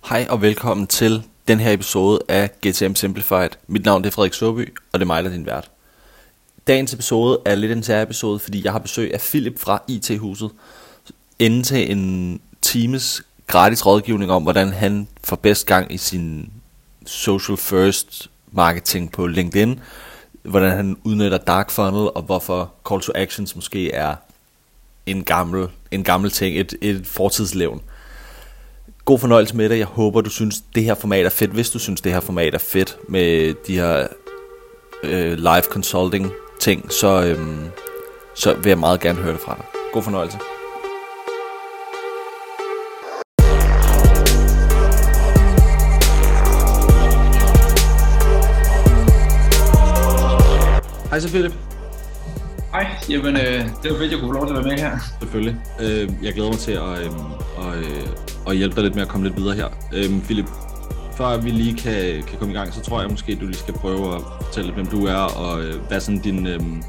Hej og velkommen til den her episode af GTM Simplified. Mit navn er Frederik Søby, og det er mig, der er din vært. Dagens episode er lidt en særepisode, fordi jeg har besøg af Philip fra IT-huset. Inden til en times gratis rådgivning om, hvordan han får bedst gang i sin social first marketing på LinkedIn. Hvordan han udnytter dark funnel, og hvorfor call to actions måske er en gammel ting, et fortidslevn. God fornøjelse med det. Jeg håber, du synes, det her format er fedt. Hvis du synes, det her format er fedt med de her live consulting ting, så vil jeg meget gerne høre det fra dig. God fornøjelse. Hej så Philip. Hej, jamen det var fedt, jeg kunne få lov til at være med her. Selvfølgelig. Jeg glæder mig til at hjælpe dig lidt med at komme lidt videre her. Philip, før vi lige kan komme i gang, så tror jeg måske, du lige skal prøve at fortælle lidt, hvem du er, og hvad sådan din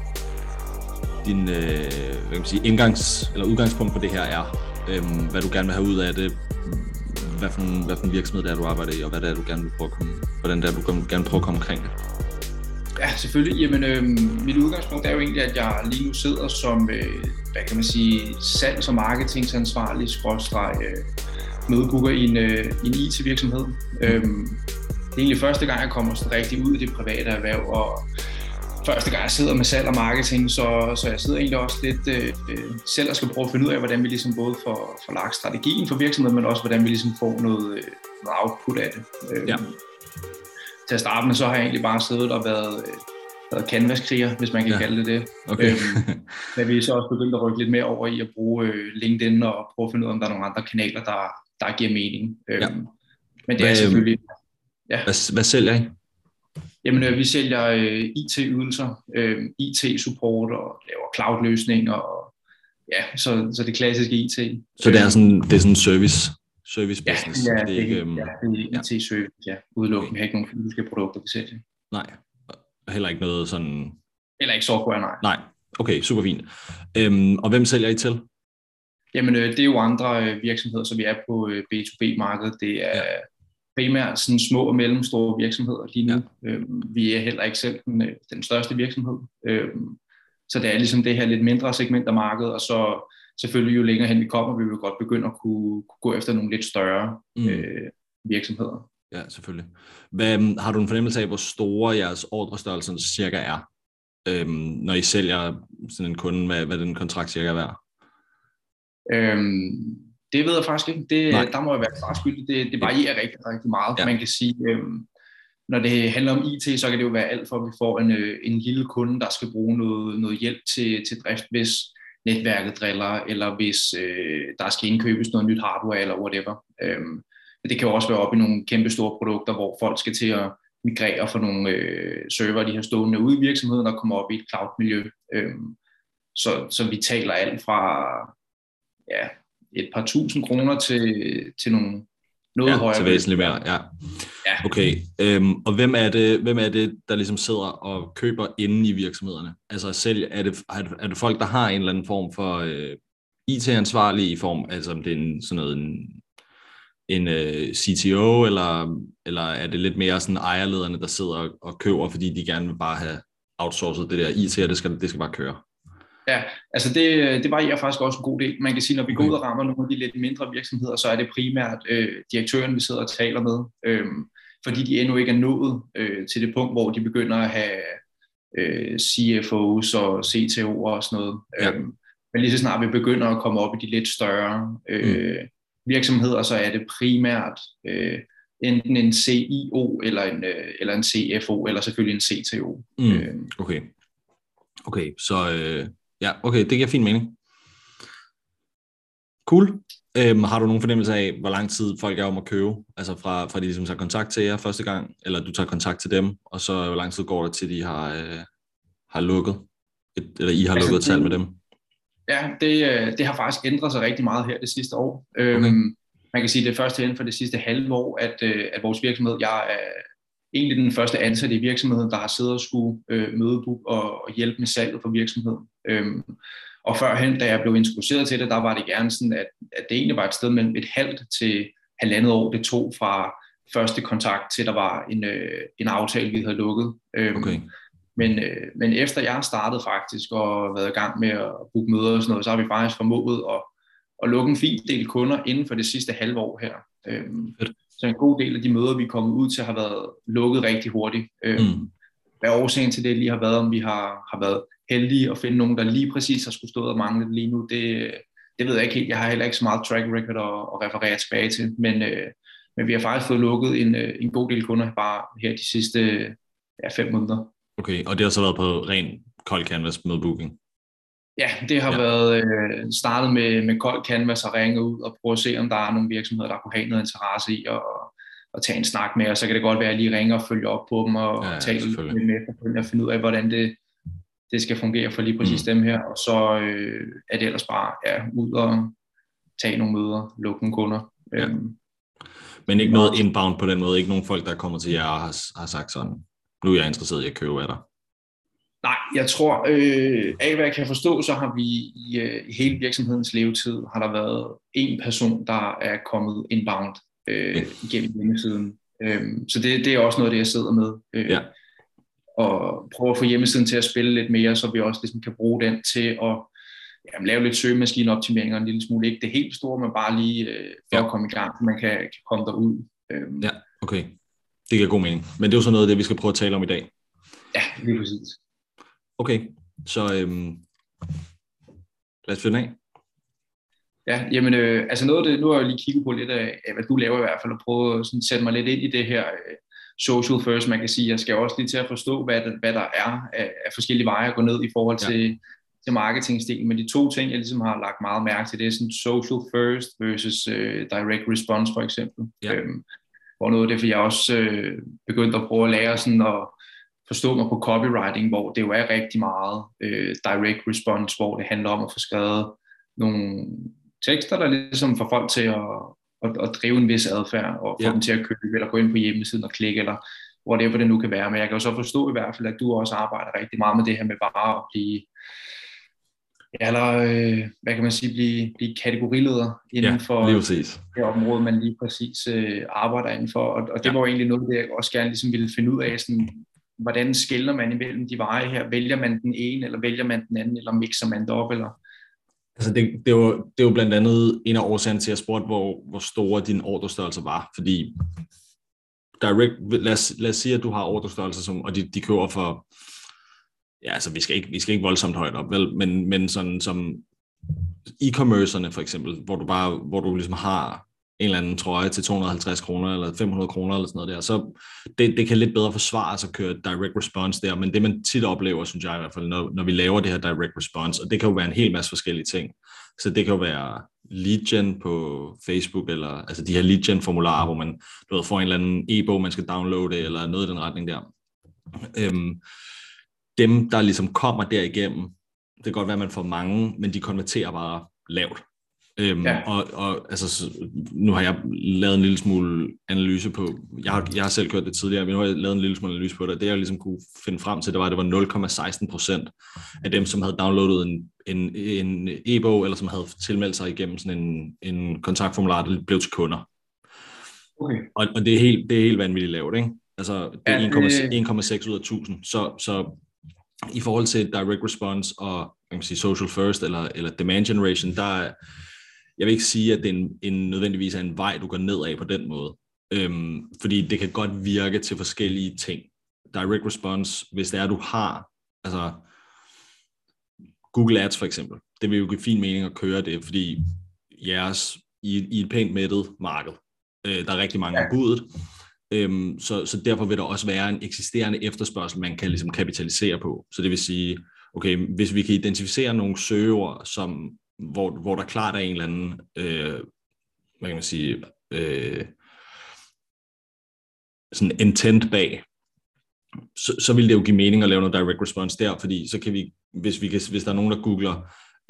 hvad kan man sige, udgangspunkt på det her er. Hvad du gerne vil have ud af det, hvad for en virksomhed det er, du arbejder i, og hvad det er, du gerne vil prøve at komme, hvordan det er, du gerne vil prøve at komme omkring det. Ja, selvfølgelig. Jamen, mit udgangspunkt er jo egentlig, at jeg lige nu sidder som, hvad kan man sige, salgs- og marketingansvarlig mødebooker i en IT-virksomhed. Det er egentlig første gang, jeg kommer sådan rigtig ud i det private erhverv, og første gang, jeg sidder med salg og marketing, så jeg sidder egentlig også lidt selv og skal prøve at finde ud af, hvordan vi ligesom både får lagt strategien for virksomheden, men også hvordan vi ligesom får noget output af det. Ja. Til at starte med, så har jeg egentlig bare siddet og været canvas-kriger, hvis man kan kalde det. Okay. Men vi er så også begyndt at rykke lidt mere over i at bruge LinkedIn og prøve at finde ud af, om der er nogle andre kanaler, der giver mening. Ja. Men det er selvfølgelig... Ja. Hvad sælger I? Jamen, vi sælger IT-ydelser, IT-support og laver cloud-løsninger, og ja, så det klassiske IT. Så det er sådan service business? Ja, det er ikke, IT-service, ja. Udelukkende. Okay. Vi har ikke nogen fysiske produkter, vi sælger. Nej, heller ikke noget sådan... Eller ikke software, nej. Nej, okay, super fint. Og hvem sælger I til? Jamen, det er jo andre virksomheder, så vi er på B2B-markedet. Det er primært sådan små og mellemstore virksomheder lige nu. Ja. Vi er heller ikke selv den største virksomhed. Så det er ligesom det her lidt mindre segment af markedet, og så selvfølgelig jo længere hen vi kommer, vi vil godt begynde at kunne gå efter nogle lidt større virksomheder. Ja, selvfølgelig. Har du en fornemmelse af, hvor store jeres ordrestørrelser cirka er, når I sælger sådan en kunde, hvad den kontrakt cirka er værd? Det ved jeg faktisk ikke. Der må jeg være klar skyldig. Det varierer rigtig meget. Ja. Man kan sige, når det handler om IT, så kan det jo være alt for, at vi får en lille kunde, der skal bruge noget hjælp til drift, hvis netværket driller, eller hvis der skal indkøbes noget nyt hardware, eller whatever. Det kan jo også være op i nogle kæmpe store produkter, hvor folk skal til at migrere fra nogle server, de har stående ude i virksomheden, og komme op i et cloud-miljø. Så vi taler alt fra et par tusind kroner til noget højere. Til væsentligt mere, ja. Okay, og hvem er det, der ligesom sidder og køber inde i virksomhederne? Altså er det folk, der har en eller anden form for IT-ansvarlig i form, altså om det er sådan noget en CTO, eller er det lidt mere sådan ejerlederne, der sidder og køber, fordi de gerne vil bare have outsourcet det der IT, og det skal bare køre? Ja, altså det varierer faktisk også en god del. Man kan sige, når vi går ud og rammer nogle af de lidt mindre virksomheder, så er det primært direktøren, vi sidder og taler med, fordi de endnu ikke er nået til det punkt, hvor de begynder at have CFO's og CTO'er og sådan noget. Ja. Men lige så snart vi begynder at komme op i de lidt større virksomheder, så er det primært enten en CIO eller en CFO, eller selvfølgelig en CTO. Okay, så... Ja, okay, det giver fin mening. Cool. Har du nogen fornemmelse af, hvor lang tid folk er om at købe? Altså fra de ligesom tager kontakt til jer første gang, eller du tager kontakt til dem, og så hvor lang tid går det til, de har lukket, eller I har lukket et salg med dem? Ja, det har faktisk ændret sig rigtig meget her det sidste år. Okay. Man kan sige, det første inden for det sidste halve år, at vores virksomhed, jeg er egentlig den første ansatte i virksomheden, der har siddet og skulle mødebook og hjælpe med salget for virksomheden. Og førhen, da jeg blev introduceret til det, der var det gerne sådan, at det egentlig var et sted mellem et halvt til halvandet år, det tog fra første kontakt til, der var en aftale, vi havde lukket. Okay. Men efter jeg startede faktisk og været i gang med at booke møder og sådan noget, så har vi faktisk formået at lukke en fin del kunder inden for det sidste halve år her. Så en god del af de møder, vi er kommet ud til, har været lukket rigtig hurtigt. Hvad årsagen til det lige har været, om vi har været heldige at finde nogen, der lige præcis har skulle stået og manglet lige nu, det ved jeg ikke helt. Jeg har heller ikke så meget track record at referere tilbage til, men vi har faktisk fået lukket en god del kunder bare her de sidste 5 måneder. Okay, og det har så været på ren kold canvas med booking? Ja, det har været startet med kold canvas og ringe ud og prøve at se, om der er nogle virksomheder, der kunne have noget interesse i at tage en snak med, og så kan det godt være, at jeg lige ringer og følger op på dem og tale lidt med og finde ud af, hvordan det skal fungere for lige præcis dem her, og så er det ellers bare ud og tage nogle møder, lukke nogle kunder. Ja. Men ikke noget inbound på den måde, ikke nogen folk, der kommer til jer og har sagt sådan, nu er jeg interesseret i at købe af dig? Nej, jeg tror, af hvad jeg kan forstå, så har vi i hele virksomhedens levetid, har der været en person, der er kommet inbound igennem hjemmesiden. Så det er også noget af det, jeg sidder med. Og prøve at få hjemmesiden til at spille lidt mere, så vi også ligesom kan bruge den til at lave lidt søgemaskineoptimeringer en lille smule. Ikke det helt store, men bare lige for at komme i gang, så man kan komme derud. Ja, okay. Det giver god mening. Men det er jo så noget af det, vi skal prøve at tale om i dag. Ja, lige præcis. Okay, så lad os finde af. Ja, jamen altså noget af det, nu har jeg lige kigget på lidt af, hvad du laver i hvert fald, og prøve at sådan sætte mig lidt ind i det her social first, man kan sige. Jeg skal også lige til at forstå, hvad der er af forskellige veje at gå ned i forhold til marketingsdelen. Men de to ting, jeg ligesom har lagt meget mærke til, det er sådan social first versus direct response for eksempel. Hvor noget af det, for jeg også begyndt at prøve at lære sådan at forstå mig på copywriting, hvor det jo er rigtig meget direct response, hvor det handler om at få skrevet nogle tekster, der ligesom får folk til at drive en vis adfærd, og få dem til at købe, eller gå ind på hjemmesiden og klikke, eller whatever det nu kan være. Men jeg kan jo så forstå i hvert fald, at du også arbejder rigtig meget med det her med bare at blive, eller hvad kan man sige, blive kategorileder inden for det område, man lige præcis arbejder indenfor. Og det var jo egentlig noget, det jeg også gerne ligesom ville finde ud af, sådan, hvordan skelner man imellem de veje her? Vælger man den ene, eller vælger man den anden, eller mixer man det op, eller? Altså det er jo blandt andet en af årsagerne til, at jeg spurgte, hvor store dine ordrestørrelser var, fordi lad os sige, at du har ordrestørrelser, og de køber for, ja, altså vi skal ikke voldsomt højt op, vel, men sådan som e-commerce'erne for eksempel, hvor du ligesom har en eller anden trøje til 250 kroner eller 500 kroner eller sådan noget der, så det kan lidt bedre forsvares at køre direct response der, men det man tit oplever, synes jeg i hvert fald, når vi laver det her direct response, og det kan jo være en hel masse forskellige ting, så det kan jo være lead gen på Facebook, eller altså de her lead gen formularer, hvor man får en eller anden e-bog, man skal downloade, eller noget i den retning der. Dem, der ligesom kommer derigennem, det kan godt være, at man får mange, men de konverterer bare lavt. Og altså, nu har jeg lavet en lille smule analyse på, jeg har selv kørt det tidligere, men nu har jeg lavet en lille smule analyse på det, det jeg ligesom kunne finde frem til, det var 0,16% af dem, som havde downloadet en e-bog, eller som havde tilmeldt sig igennem sådan en kontaktformular, der blev til kunder. Okay. Og det er helt vanvittigt lavt, ikke? Altså, det er 1,6 ud af 1000, så i forhold til direct response og kan man sige, social first eller demand generation, der jeg vil ikke sige, at det er nødvendigvis er en vej, du går ned af på den måde. Fordi det kan godt virke til forskellige ting. Direct response, hvis det er, du har, altså Google Ads for eksempel, det vil jo give fin mening at køre det, fordi jeres i et pænt mættet marked, der er rigtig mange af budet, så derfor vil der også være en eksisterende efterspørgsel, man kan ligesom kapitalisere på. Så det vil sige, okay, hvis vi kan identificere nogle søgeord, hvor der klart er en eller anden, hvad kan man sige, sådan intent bag, så vil det jo give mening at lave noget direct response der, fordi så kan vi, hvis der er nogen, der googler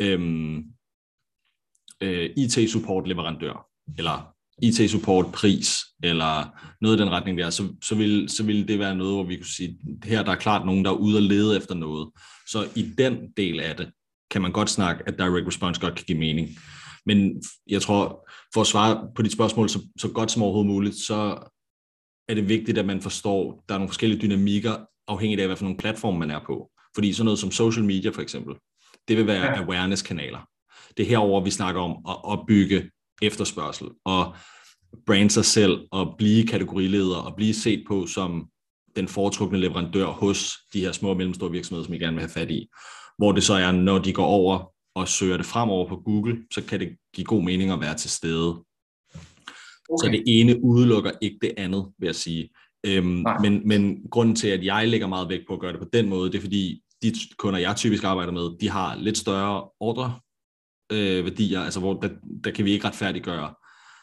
IT-support leverandør, eller IT-support pris, eller noget i den retning der, så vil det være noget, hvor vi kunne sige, her der er klart nogen, der er ude og lede efter noget. Så i den del af det, kan man godt snakke, at direct response godt kan give mening. Men jeg tror, for at svare på dit spørgsmål så godt som overhovedet muligt, så er det vigtigt, at man forstår, at der er nogle forskellige dynamikker, afhængigt af, hvad for nogle platforme man er på. Fordi sådan noget som social media for eksempel, det vil være awareness-kanaler. Det er herover vi snakker om at opbygge efterspørgsel, og brande sig selv, og blive kategorileder, og blive set på som den foretrukne leverandør hos de her små og mellemstore virksomheder, som I gerne vil have fat i. Hvor det så er, når de går over og søger det fremover på Google, så kan det give god mening at være til stede. Okay. Så det ene udelukker ikke det andet, vil jeg sige. Men grunden til, at jeg lægger meget vægt på at gøre det på den måde, det er fordi, de kunder, jeg typisk arbejder med, de har lidt større ordre værdier, altså hvor der kan vi ikke retfærdiggøre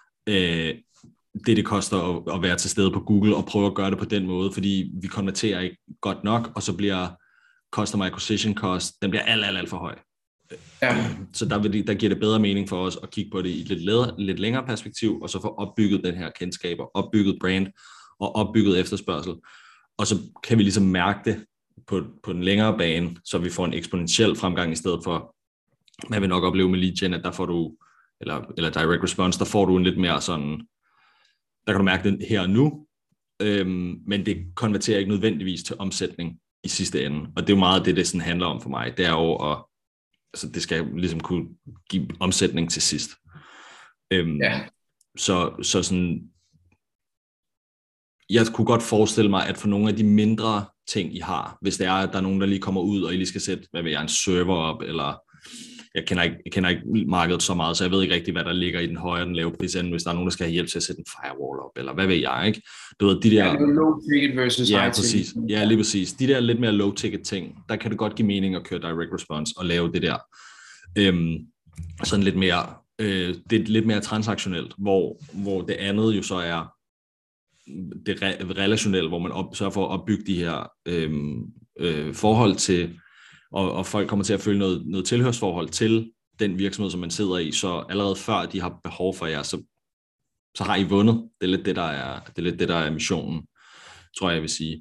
det koster at være til stede på Google og prøve at gøre det på den måde, fordi vi konverterer ikke godt nok, og så bliver customer acquisition cost, den bliver alt for høj. Ja. Så der giver det bedre mening for os at kigge på det i et lidt længere perspektiv, og så få opbygget den her kendskab, og opbygget brand, og opbygget efterspørgsel. Og så kan vi ligesom mærke det på den længere bane, så vi får en eksponentiel fremgang i stedet for, man vil nok opleve med lead gen, at der får du, eller direct response, der får du en lidt mere sådan, der kan du mærke det her og nu, men det konverterer ikke nødvendigvis til omsætning i sidste ende. Og det er jo meget det sådan handler om for mig. Det er jo at, altså det skal ligesom kunne give omsætning til sidst. Så sådan, jeg kunne godt forestille mig, at for nogle af de mindre ting, I har, hvis det er, at der er nogen, der lige kommer ud, og I lige skal sætte, en server op, eller jeg kender ikke markedet så meget, så jeg ved ikke rigtig, hvad der ligger i den høje og den lave pris, hvis der er nogen, der skal have hjælp til at sætte en firewall op, eller hvad ved jeg, ikke? Du ved, de der... Ja, low ticket versus high ticket. Ja, lige præcis. De der lidt mere low ticket ting, der kan det godt give mening at køre direct response og lave det der sådan lidt mere, det er lidt mere transaktionelt, hvor det andet jo så er det relationelle, hvor man sørger for at opbygge de her forhold til, og folk kommer til at føle noget tilhørsforhold til den virksomhed, som man sidder i, så allerede før de har behov for jer, så har I vundet. Det er lidt det, der er missionen, tror jeg vil sige.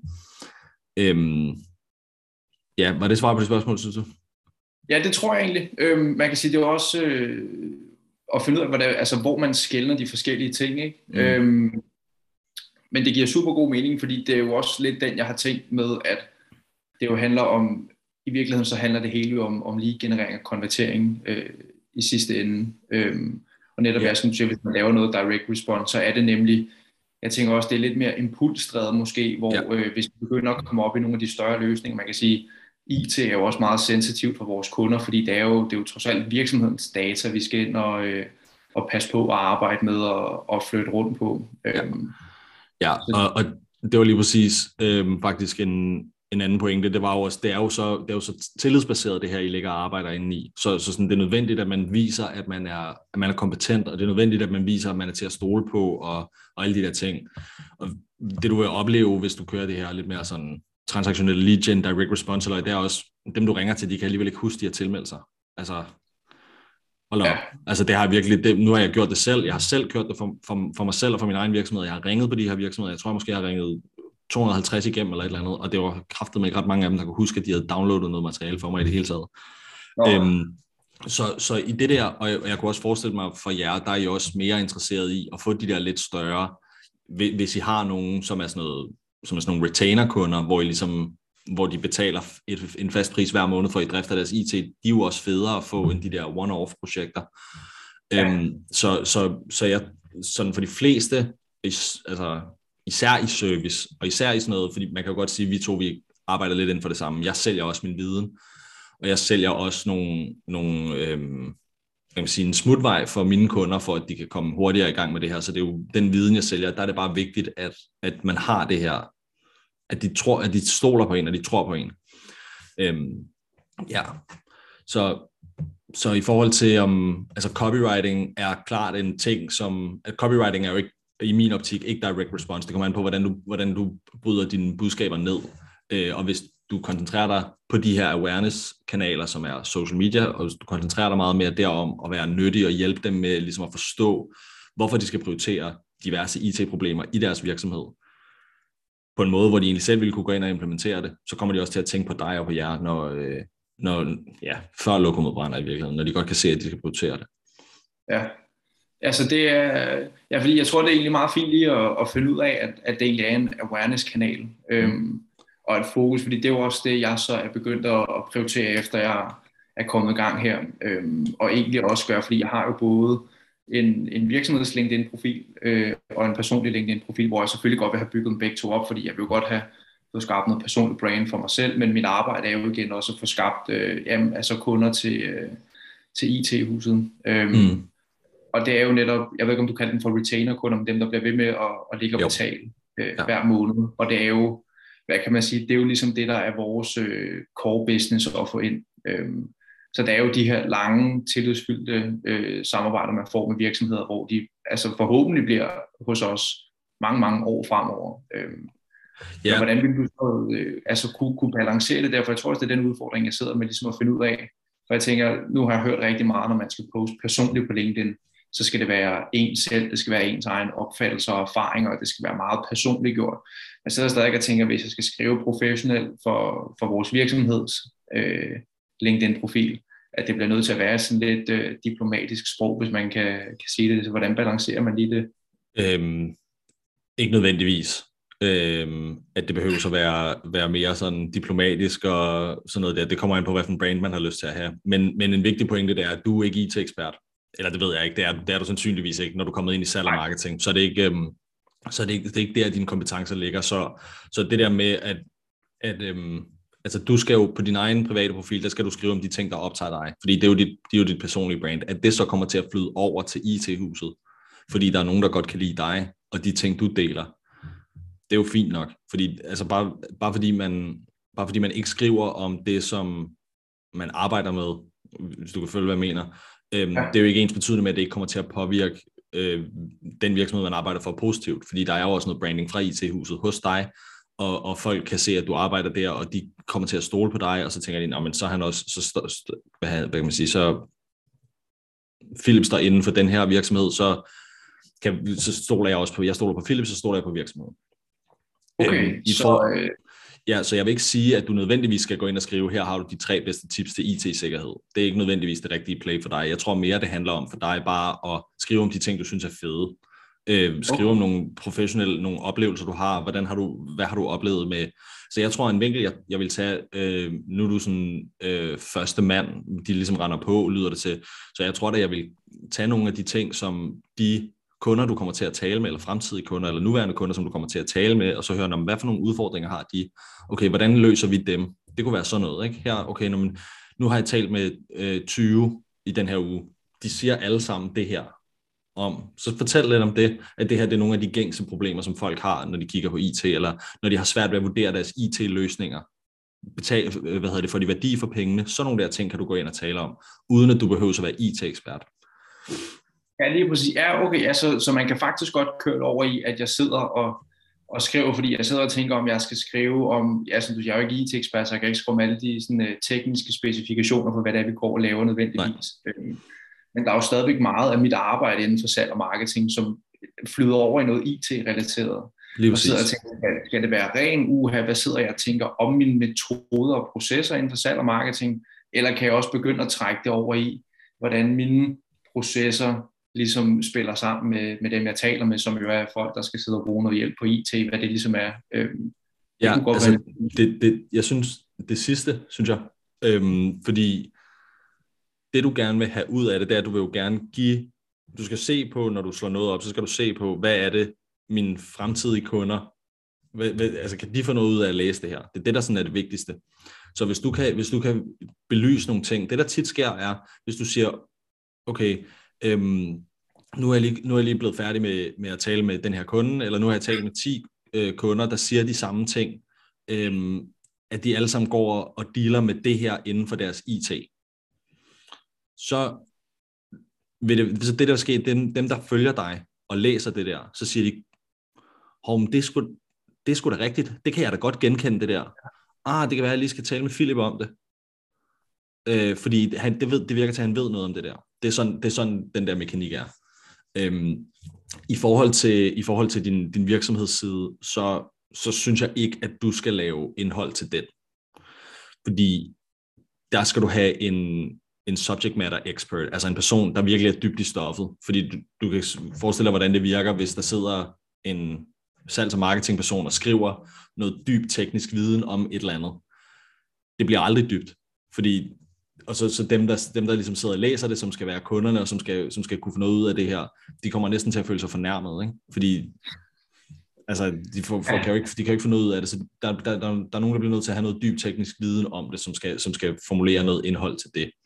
Ja, var det svar på det spørgsmål, synes du? Ja, det tror jeg egentlig. Man kan sige, det er også at finde ud af, hvor man skelner de forskellige ting, ikke? Men det giver super god mening, fordi det er jo også lidt den, jeg har tænkt med, at det jo handler om, i virkeligheden så handler det hele jo om lead-generering og konvertering i sidste ende. Og netop jeg synes, at hvis man laver noget direct response, så er det nemlig, jeg tænker også, det er lidt mere impulsdrevet måske, hvor hvis vi begynder at komme op i nogle af de større løsninger, man kan sige, IT er jo også meget sensitivt for vores kunder, fordi det er jo trods alt virksomhedens data, vi skal ind og passe på og arbejde med og flytte rundt på. Ja, og det var lige præcis faktisk en anden pointe, det er jo så tillidsbaseret, det her, I ligger og arbejder inde i. Så sådan, det er nødvendigt, at man viser, at man er kompetent, og det er nødvendigt, at man viser, at man er til at stole på, og alle de der ting. Og det du vil opleve, hvis du kører det her lidt mere sådan transaktionelle lead gen, direct response, eller det er også dem, du ringer til, de kan alligevel ikke huske, de har tilmeldt sig. Altså, hold op. Altså det har virkelig, nu har jeg gjort det selv, jeg har selv gjort det for mig selv og for min egen virksomhed, jeg har ringet på de her virksomheder, jeg tror måske, jeg har ringet 250 igennem eller et eller andet, og det var kraftedeme ikke ret mange af dem, der kunne huske, at de havde downloadet noget materiale for mig i det hele taget. Så i det der, og jeg kunne også forestille mig for jer, der er I også mere interesseret i at få de der lidt større, hvis I har nogen, som er sådan nogle retainer-kunder, hvor de betaler en fast pris hver måned for at I drifter deres IT, de er jo også federe at få end de der one-off-projekter. Så jeg, sådan for de fleste, altså især i service, og især i sådan noget, fordi man kan jo godt sige, at vi arbejder lidt inden for det samme. Jeg sælger også min viden, og jeg sælger også en smutvej for mine kunder, for at de kan komme hurtigere i gang med det her. Så det er jo den viden, jeg sælger. Der er det bare vigtigt, at man har det her, at de stoler på en, og de tror på en. Så i forhold til, altså copywriting er klart en ting, at copywriting er jo ikke, i min optik, ikke direct response. Det kommer an på, hvordan du bryder dine budskaber ned. Og hvis du koncentrerer dig på de her awareness-kanaler, som er social media, og hvis du koncentrerer dig meget mere derom at være nyttig og hjælpe dem med ligesom at forstå, hvorfor de skal prioritere diverse IT-problemer i deres virksomhed, på en måde, hvor de egentlig selv ville kunne gå ind og implementere det, så kommer de også til at tænke på dig og på jer, når før lokummet brænder i virkeligheden, når de godt kan se, at de skal prioritere det. Ja. Altså det er, ja, fordi jeg tror, det er egentlig meget fint lige at finde ud af, at det egentlig er en awareness-kanal, og et fokus, fordi det er jo også det, jeg så er begyndt at prioritere, efter jeg er kommet i gang her, og egentlig også gøre, fordi jeg har jo både en virksomheds LinkedIn-profil og en personlig LinkedIn-profil, hvor jeg selvfølgelig godt vil have bygget dem begge to op, fordi jeg vil jo godt have fået skabt noget personligt brand for mig selv, men mit arbejde er jo igen også at få skabt altså kunder til IT-huset. Og det er jo netop, jeg ved ikke om du kalder dem for retainer-kunder, men dem der bliver ved med at ligge og betale hver måned. Og det er jo, hvad kan man sige, det er jo ligesom det, der er vores core business at få ind. Så der er jo de her lange, tillidsfyldte samarbejder, man får med virksomheder, hvor de altså forhåbentlig bliver hos os mange år fremover. Men hvordan vil du altså kunne balancere det der? For jeg tror også, det er den udfordring, jeg sidder med ligesom at finde ud af. For jeg tænker, nu har jeg hørt rigtig meget, når man skal poste personligt på LinkedIn, så skal det være ens selv, det skal være ens egen opfattelser og erfaringer, og det skal være meget personligt gjort. Jeg sidder stadig og tænker, hvis jeg skal skrive professionelt for vores virksomheds LinkedIn-profil, at det bliver nødt til at være sådan lidt diplomatisk sprog, hvis man kan sige det. Så hvordan balancerer man lige det? Ikke nødvendigvis. At det behøver så være mere sådan diplomatisk og sådan noget der. Det kommer an på, hvilken brand man har lyst til at have. Men en vigtig pointe det er, at du er ikke IT-ekspert. Eller det ved jeg ikke, det er du sandsynligvis ikke, når du er kommet ind i salg og marketing. Så det er ikke der, dine kompetencer ligger. Så det der med, at altså du skal jo på din egen private profil, der skal du skrive om de ting, der optager dig. Fordi det er jo dit personlige brand. At det så kommer til at flyde over til IT-huset. Fordi der er nogen, der godt kan lide dig, og de ting, du deler. Det er jo fint nok. Fordi, altså bare fordi man ikke skriver om det, som man arbejder med, hvis du kan følge, hvad jeg mener. Det er jo ikke ens betydende med, at det ikke kommer til at påvirke den virksomhed, man arbejder for positivt. Fordi der er jo også noget branding fra IT-huset hos dig, og folk kan se, at du arbejder der, og de kommer til at stole på dig, og så tænker de, men så er han også, hvad kan man sige, så Philips der inden for den her virksomhed, så stoler jeg også på, jeg stoler på Philips, så stoler jeg på virksomheden. Okay, så jeg vil ikke sige, at du nødvendigvis skal gå ind og skrive, her har du de 3 bedste tips til IT-sikkerhed. Det er ikke nødvendigvis det rigtige play for dig. Jeg tror mere, det handler om for dig bare at skrive om de ting, du synes er fede. Skrive om nogle professionelle, nogle oplevelser, du har. Hvad har du oplevet med? Så jeg tror, en vinkel, jeg vil tage, nu er du sådan første mand, de ligesom render på, lyder det til. Så jeg tror, at jeg vil tage nogle af de ting, som de kunder, du kommer til at tale med, eller fremtidige kunder, eller nuværende kunder, som du kommer til at tale med, og så høre om, hvad for nogle udfordringer har de? Okay, hvordan løser vi dem? Det kunne være sådan noget, ikke? Her, okay, nu har jeg talt med 20 i den her uge. De siger alle sammen det her om. Så fortæl lidt om det, at det her det er nogle af de gængse problemer, som folk har, når de kigger på IT, eller når de har svært ved at vurdere deres IT-løsninger. For de værdi for pengene. Sådan nogle der ting kan du gå ind og tale om, uden at du behøver at være IT-ekspert. Ja, lige præcis. Ja, okay. Ja, så man kan faktisk godt køre over i, at jeg sidder og skriver, fordi jeg sidder og tænker, om jeg skal skrive om, ja, som du siger, jeg er jo ikke IT-ekspert, så jeg kan ikke skrive om alle de sådan, tekniske specifikationer for, hvad det er, vi går og laver nødvendigvis. Men der er jo stadigvæk meget af mit arbejde inden for salg og marketing, som flyder over i noget IT-relateret. Og sidder og tænker, skal det være ren hvad sidder jeg og tænker om mine metoder og processer inden for salg og marketing, eller kan jeg også begynde at trække det over i, hvordan mine processer ligesom spiller sammen med dem, jeg taler med, som jo er folk, der skal sidde og bruge noget hjælp på IT, hvad det ligesom er. Jeg synes, det sidste, synes jeg, fordi det du gerne vil have ud af det, det er, at du vil jo gerne du skal se på, når du slår noget op, så skal du se på, hvad er det, mine fremtidige kunder, altså kan de få noget ud af at læse det her? Det er det, der sådan er det vigtigste. Så hvis du kan belyse nogle ting, det der tit sker er, hvis du siger, okay, nu er jeg lige blevet færdig med at tale med den her kunde, eller nu har jeg talt med 10 kunder, der siger de samme ting, at de alle sammen går og dealer med det her inden for deres IT. Så det der sker, dem der følger dig og læser det der, så siger de, det er sgu da rigtigt, det kan jeg da godt genkende det der. Det kan være, at jeg lige skal tale med Philip om det. Fordi det virker til, at han ved noget om det der. Det er sådan den der mekanik er. I forhold til din virksomhedsside, så synes jeg ikke, at du skal lave indhold til den. Fordi der skal du have en subject matter expert, altså en person, der virkelig er dybt i stoffet. Fordi du kan forestille dig, hvordan det virker, hvis der sidder en salgs- og marketingperson og skriver noget dybt teknisk viden om et eller andet. Det bliver aldrig dybt, fordi og så dem der ligesom sidder og læser det, som skal være kunderne, og som skal kunne få noget ud af det her, de kommer næsten til at føle sig fornærmet, ikke? Fordi altså, de kan jo ikke få noget ud af det, så der er nogen, der bliver nødt til at have noget dyb teknisk viden om det, som skal formulere noget indhold til det.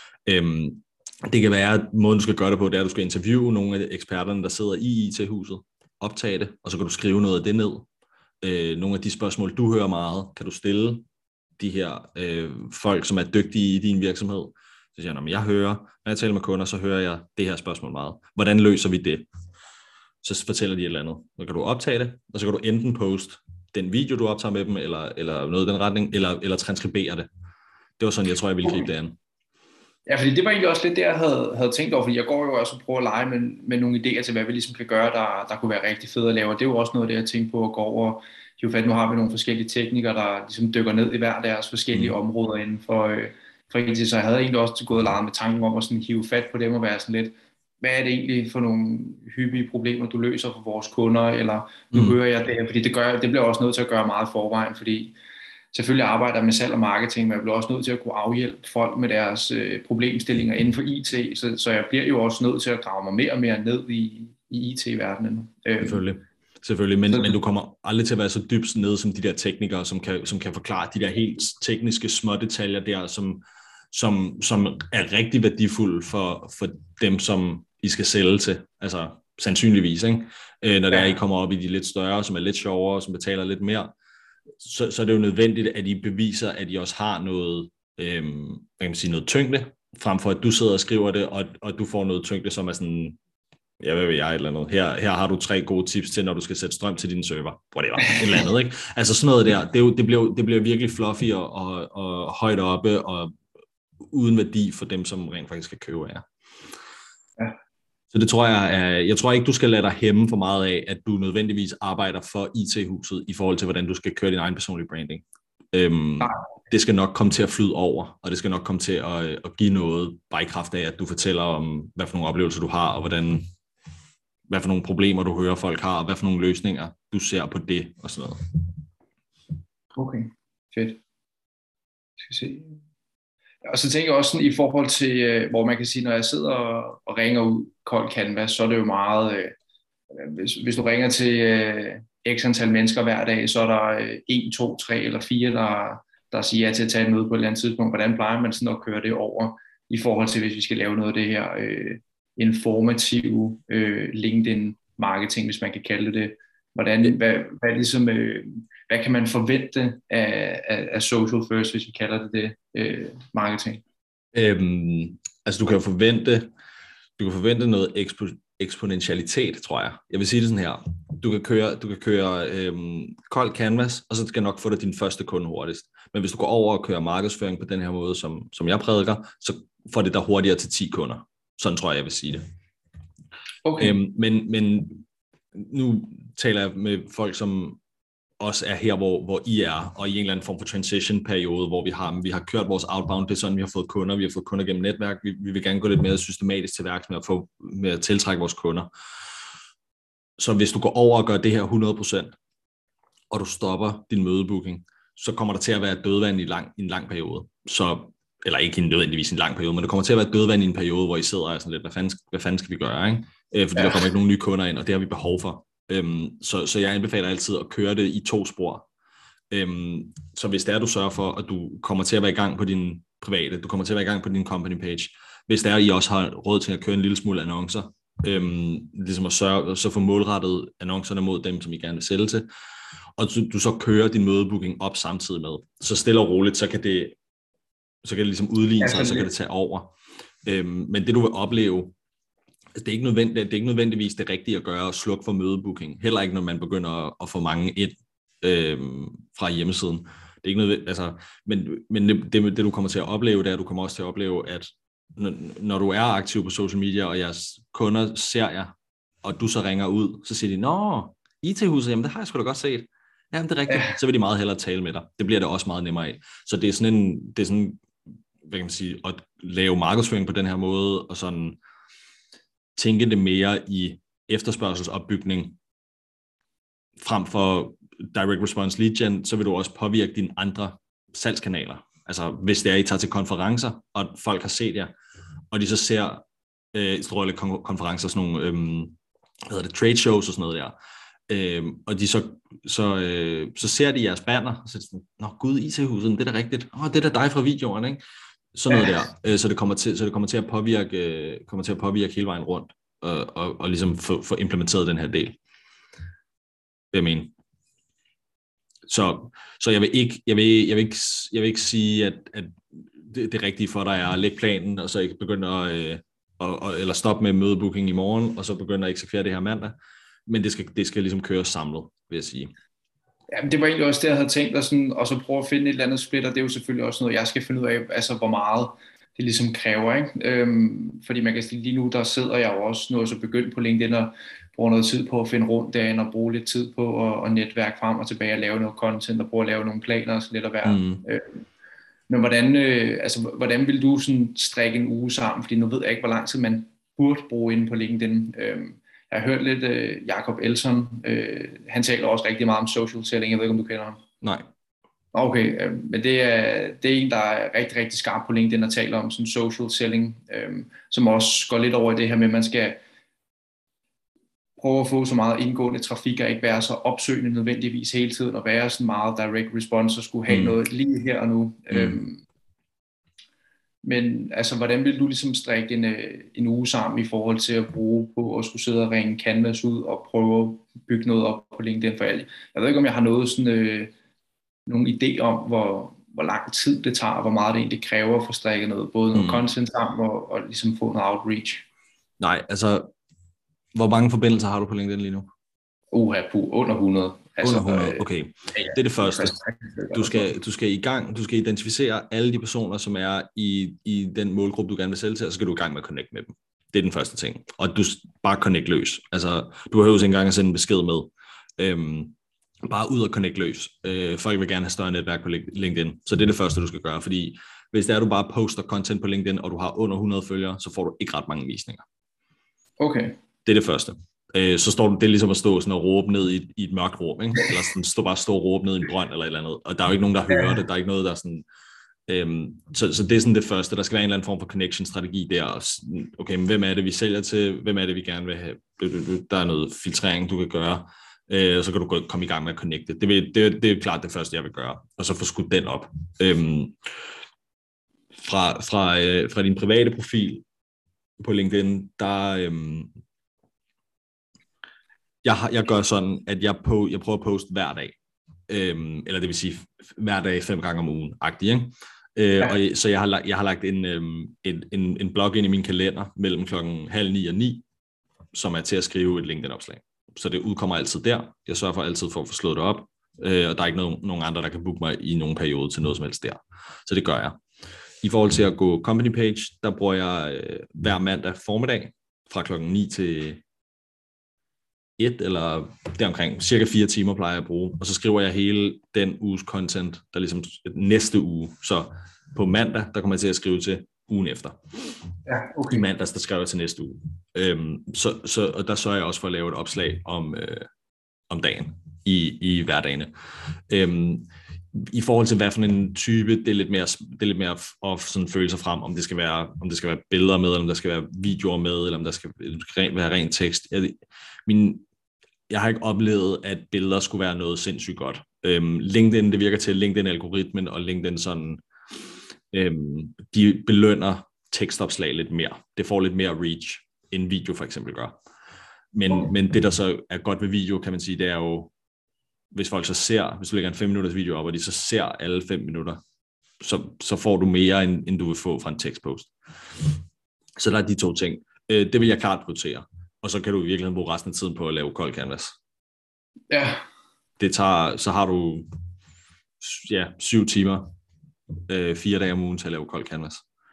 Det kan være, at måden du skal gøre det på, det er, at du skal interviewe nogle af eksperterne, der sidder i IT-huset, optage det, og så kan du skrive noget af det ned. Nogle af de spørgsmål, du hører meget, kan du stille de her folk, som er dygtige i din virksomhed. Så siger jeg, når jeg taler med kunder, så hører jeg det her spørgsmål meget. Hvordan løser vi det? Så fortæller de et eller andet. Så kan du optage det, og så kan du enten poste den video, du optager med dem, eller noget i den retning, eller transkribere det. Det var sådan, jeg tror, jeg ville gribe det an. Ja, fordi det var egentlig også lidt det, jeg havde tænkt over, fordi jeg går jo også og prøver at lege med nogle idéer til, hvad vi ligesom kan gøre, der kunne være rigtig fedt at lave, og det er jo også noget af det, jeg tænker på at gå over. Nu har vi nogle forskellige teknikere, der ligesom dykker ned i hver deres forskellige områder inden for IT, så jeg havde egentlig også gået og leget med tanken om at sådan hive fat på dem og være sådan lidt, hvad er det egentlig for nogle hyppige problemer, du løser for vores kunder, eller nu hører jeg det her, fordi det bliver også nødt til at gøre meget forvejen, fordi selvfølgelig arbejder jeg med salg og marketing, men jeg bliver også nødt til at kunne afhjælpe folk med deres problemstillinger inden for IT, så jeg bliver jo også nødt til at grave mig mere og mere ned i IT-verdenen. Selvfølgelig, men du kommer aldrig til at være så dybt nede som de der teknikere, som kan forklare de der helt tekniske små detaljer der, som er rigtig værdifulde for dem, som I skal sælge til. Altså sandsynligvis, ikke? Når det er, I kommer op i de lidt større, som er lidt sjovere, som betaler lidt mere, så er det jo nødvendigt, at I beviser, at I også har noget, noget tyngde, frem for at du sidder og skriver det, og du får noget tyngde, som er sådan, ja, hvad ved jeg, et eller andet. Her har du 3 gode tips til, når du skal sætte strøm til din server. Whatever, et eller andet, ikke? Altså sådan noget der, det bliver virkelig fluffy og højt oppe, og uden værdi for dem, som rent faktisk skal købe af. Ja. Så det tror jeg tror ikke, du skal lade dig hæmme for meget af, at du nødvendigvis arbejder for IT-huset i forhold til, hvordan du skal køre din egen personlige branding. Det skal nok komme til at flyde over, og det skal nok komme til at give noget, bare i kraft af, at du fortæller om, hvad for nogle oplevelser du har, og hvad for nogle problemer du hører folk har, og hvad for nogle løsninger du ser på det, og sådan noget. Okay, fedt. Skal se. Og så tænker jeg også sådan, i forhold til, hvor man kan sige, når jeg sidder og ringer ud kold canvas, så er det jo meget, hvis du ringer til x antal mennesker hver dag, så er der 1, 2, 3 eller 4, der siger ja til at tage et møde på et eller andet tidspunkt. Hvordan plejer man sådan at køre det over, i forhold til, hvis vi skal lave noget af det her informative LinkedIn-marketing, hvis man kan kalde det. Hvad kan man forvente af social first, hvis vi kalder det marketing? Altså du kan forvente noget eksponentialitet, tror jeg. Jeg vil sige det sådan her. Du kan køre kold canvas, og så skal nok få dig din første kunde hurtigst. Men hvis du går over og kører markedsføring på den her måde, som jeg prædiker, så får det der hurtigere til 10 kunder. Sådan tror jeg vil sige det. Okay. Men nu taler jeg med folk, som også er her, hvor I er, og i en eller anden form for transition-periode, hvor vi har kørt vores outbound, det er sådan, vi har fået kunder gennem netværk, vi vil gerne gå lidt mere systematisk til værks med at tiltrække vores kunder. Så hvis du går over og gør det her 100%, og du stopper din mødebooking, så kommer der til at være dødvand i en lang periode. Eller ikke nødvendigvis en lang periode, men der kommer til at være dødvand i en periode, hvor I sidder og er sådan lidt, hvad fanden skal vi gøre, ikke? Fordi der kommer ikke nogen nye kunder ind, og det har vi behov for. Så jeg anbefaler altid at køre det i 2 spor. Så hvis det er, du sørger for, at du kommer til at være i gang på din private, du kommer til at være i gang på din company page, hvis det er, at I også har råd til at køre en lille smule annoncer, ligesom at sørge, så få målrettet annoncerne mod dem, som I gerne vil sælge til, og du så kører din mødebooking op samtidig med, så stille og roligt, så kan det ligesom udligne sig, og så kan det tage over. Men det du vil opleve, det er ikke nødvendigvis det rigtige at gøre at slukke for mødebooking. Heller ikke, når man begynder at få mange ind fra hjemmesiden. Det er ikke nødvendigt, altså, men det du kommer til at opleve, det er, at du kommer også til at opleve, at når du er aktiv på social media, og jeres kunder ser jer, og du så ringer ud, så siger de, nå, IT-huset, jamen det har jeg sgu da godt set. Jamen det er rigtigt, så vil de meget hellere tale med dig. Det bliver det også meget nemmere af. Så det er sådan hvad kan man sige, at lave markedsføring på den her måde, og sådan tænke det mere i efterspørgselsopbygning, frem for direct response lead gen, så vil du også påvirke dine andre salgskanaler. Altså hvis det er, I tager til konferencer, og folk har set jer, og de så ser store konferencer, sådan nogle trade shows og sådan noget der, og de så ser de jeres banner, og så er de sådan, nå gud, IT-huset, det er da rigtigt, det er da dig fra videoerne, ikke? Sådan noget der, så det kommer til at påvirke hele vejen rundt, og ligesom få implementeret den her del. Jeg mener. Så jeg vil ikke sige, at det rigtige for dig er at lægge planen, og så ikke begynde eller stoppe med mødebooking i morgen, og så begynde at eksekvere det her mandag. Men det skal ligesom køre samlet, vil jeg sige. Ja, men det var egentlig også det, jeg havde tænkt, og så prøve at finde et eller andet split, og det er jo selvfølgelig også noget, jeg skal finde ud af, altså hvor meget det ligesom kræver, ikke? Fordi man kan sige, lige nu, der sidder jeg jo også nu så begyndt på LinkedIn og bruger noget tid på at finde rundt derinde og bruge lidt tid på at netværke frem og tilbage og lave noget content og prøve at lave nogle planer og så lidt af hvert. Men hvordan vil du sådan strikke en uge sammen? Fordi nu ved jeg ikke, hvor lang tid man burde bruge inde på LinkedIn. Jeg har hørt lidt Jacob Elson, han taler også rigtig meget om social selling. Jeg ved ikke, om du kender ham? Nej. Okay, men det er en, der er rigtig, rigtig skarp på LinkedIn og taler om sådan social selling, som også går lidt over i det her med, at man skal prøve at få så meget indgående trafik og ikke være så opsøgende nødvendigvis hele tiden og være sådan meget direct response og skulle have noget lige her og nu. Men altså, hvordan vil du ligesom strikke en uge sammen i forhold til at bruge på at skulle sidde og ringe canvas ud og prøve at bygge noget op på LinkedIn for alle? Jeg ved ikke, om jeg har noget sådan nogle idé om, hvor lang tid det tager, og hvor meget det egentlig kræver for at strikke noget, både noget content sammen og ligesom få noget outreach. Nej, altså, hvor mange forbindelser har du på LinkedIn lige nu? Under 100. Altså, under 100, okay. Det er det første. Du skal i gang, du skal identificere alle de personer, som er i den målgruppe, du gerne vil sælge til, og så skal du i gang med at connect med dem. Det er den første ting. Og du bare connect løs. Altså, du behøver ikke engang at sende en besked med. Bare ud og connect løs. Folk vil gerne have større netværk på LinkedIn. Så det er det første, du skal gøre. Fordi hvis det er, du bare poster content på LinkedIn, og du har under 100 følgere, så får du ikke ret mange visninger. Okay. Det er det første. Så står det er ligesom at stå sådan og råbe ned i et mørkt rum, ikke? Eller sådan, stå og råbe ned i en brønd eller et eller andet. Og der er jo ikke nogen, der hører det. Der er ikke noget, der er sådan... Så det er sådan det første. Der skal være en eller anden form for connection-strategi der. Okay, men hvem er det, vi sælger til? Hvem er det, vi gerne vil have? Der er noget filtrering, du kan gøre. Og så kan du komme i gang med at connecte. Det er klart det første, jeg vil gøre. Og så få skudt den op. Fra din private profil på LinkedIn, der... Jeg gør sådan, at jeg prøver at poste hver dag. Eller det vil sige, hver dag 5 gange om ugen. Agtig, ikke? Så jeg har lagt en blog ind i min kalender mellem 8:30 og 9, som er til at skrive et LinkedIn-opslag. Så det udkommer altid der. Jeg sørger for altid for at få slået det op. Og der er ikke nogen andre, der kan booke mig i nogen periode til noget som helst der. Så det gør jeg. I forhold til at gå company page, der bruger jeg hver mandag formiddag fra 9 til 1 eller deromkring. Cirka 4 timer plejer jeg at bruge. Og så skriver jeg hele den uges content, der ligesom næste uge. Så på mandag, der kommer jeg til at skrive til ugen efter. Ja, okay. I mandags, der skriver jeg til næste uge. Og der sørger jeg også for at lave et opslag om dagen i hverdagene. I forhold til hvad for en type, det er lidt mere at sådan føle sig frem, om det skal være billeder med, eller om der skal være videoer med, eller om der skal være ren tekst. Jeg har ikke oplevet, at billeder skulle være noget sindssygt godt. LinkedIn, det virker til LinkedIn-algoritmen og LinkedIn sådan, de belønner tekstopslag lidt mere. Det får lidt mere reach, end video for eksempel gør. Men det, der så er godt ved video, kan man sige, det er jo, hvis folk så ser, hvis du lægger en 5 minutters video op, og de så ser alle 5 minutter, så får du mere, end du vil få fra en tekstpost. Så der er de 2 ting. Det vil jeg klart prioritere. Og så kan du i virkeligheden bruge resten af tiden på at lave kold canvas. Ja. Så har du 7 timer, 4 dage om ugen til at lave kold canvas.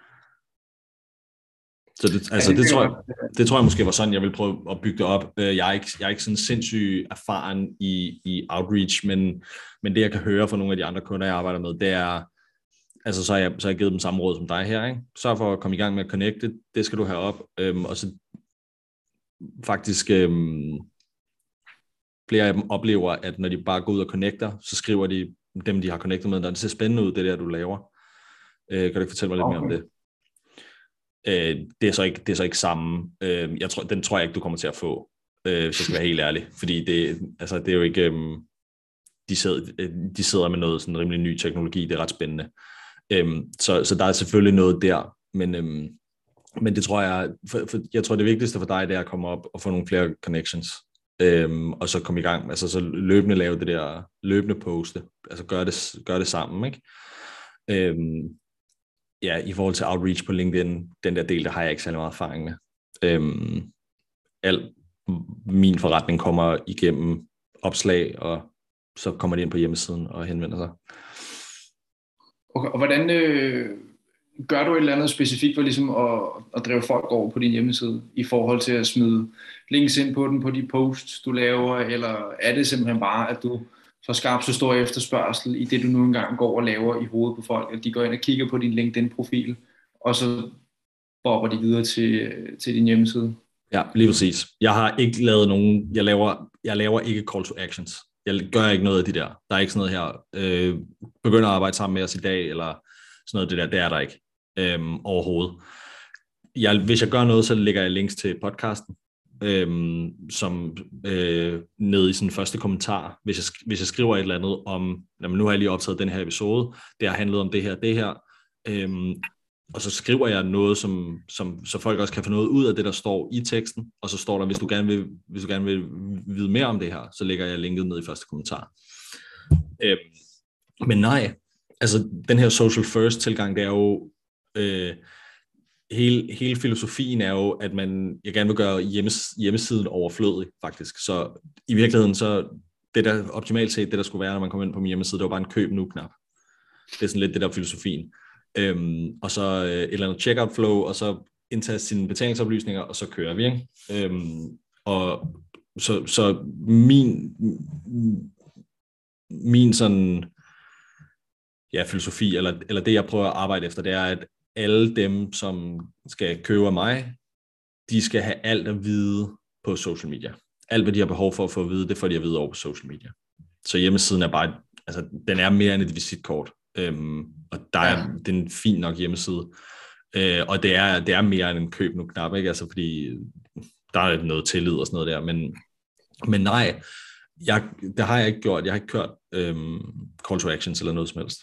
Så det tror jeg måske var sådan, jeg vil prøve at bygge det op. Jeg er ikke sådan sindssygt erfaren i outreach, men det jeg kan høre fra nogle af de andre kunder, jeg arbejder med, det er, altså så har jeg givet dem samme råd som dig her, ikke? Sørg for at komme i gang med at connecte, det skal du have op, og så faktisk flere af dem oplever, at når de bare går ud og connecter, så skriver de dem, de har connectet med, når det ser spændende ud, det der, du laver. Kan du ikke fortælle mig lidt mere om det? Det er så ikke samme. Den tror jeg ikke, du kommer til at få, hvis jeg skal være helt ærlig. Fordi det er jo ikke... De sidder med noget sådan rimelig ny teknologi, det er ret spændende. Så der er selvfølgelig noget der, men det tror jeg tror det vigtigste for dig, det er at komme op og få nogle flere connections, og så komme i gang, altså så løbende lave det der, løbende poste, altså gør det sammen, ikke? Ja, i forhold til outreach på LinkedIn, den der del, der har jeg ikke særlig meget erfaring med. Al min forretning kommer igennem opslag, og så kommer de ind på hjemmesiden og henvender sig. Okay, og hvordan gør du et eller andet specifikt for ligesom at drive folk over på din hjemmeside, i forhold til at smide links ind på den, på de posts, du laver, eller er det simpelthen bare, at du får skabt så stor efterspørgsel i det, du nu engang går og laver i hovedet på folk, at de går ind og kigger på din LinkedIn-profil, og så bobber de videre til din hjemmeside? Ja, lige præcis. Jeg har ikke lavet nogen, jeg laver ikke call to actions. Jeg gør ikke noget af de der. Der er ikke sådan noget her, begynder at arbejde sammen med os i dag, eller sådan noget, det er der ikke overhovedet. Hvis jeg gør noget, så lægger jeg links til podcasten, som nede i sådan første kommentar. Hvis jeg skriver et eller andet om, nu har jeg lige optaget den her episode, det har handlet om det her, og så skriver jeg noget, så folk også kan få noget ud af det, der står i teksten, og så står der, hvis du gerne vil vide mere om det her, så lægger jeg linket ned i første kommentar. Men nej, altså den her social first tilgang, det er jo, hele filosofien er jo, at jeg gerne vil gøre hjemmesiden overflødig, faktisk. Så i virkeligheden, så det der optimalt set, det der skulle være, når man kommer ind på min hjemmeside, det var bare en køb nu-knap. Det er sådan lidt det der filosofien. Og så et eller andet checkout flow, og så indtaste sine betalingsoplysninger, og så kører vi, ikke? Og så min sådan, ja, filosofi, eller det, jeg prøver at arbejde efter, det er, at alle dem, som skal købe af mig, de skal have alt at vide på social media. Alt, hvad de har behov for at få at vide, det får de at vide over på social media. Så hjemmesiden er bare, altså, den er mere end et visitkort. Og det er en fin nok hjemmeside, og det er mere end en køb nu knap, ikke? Altså fordi der er noget tillid og sådan noget der, men nej, det har jeg ikke gjort. Jeg har ikke kørt call to actions eller noget som helst.